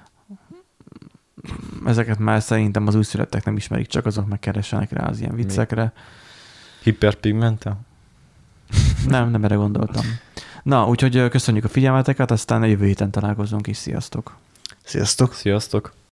Ezeket már szerintem az újszülöttek nem ismerik, csak azok megkeressenek rá az ilyen viccekre. Hiperpigmenta? Nem erre gondoltam. Na, úgyhogy köszönjük a figyelmeteket, aztán a jövő héten találkozunk is. Sziasztok! Sziasztok! Sziasztok!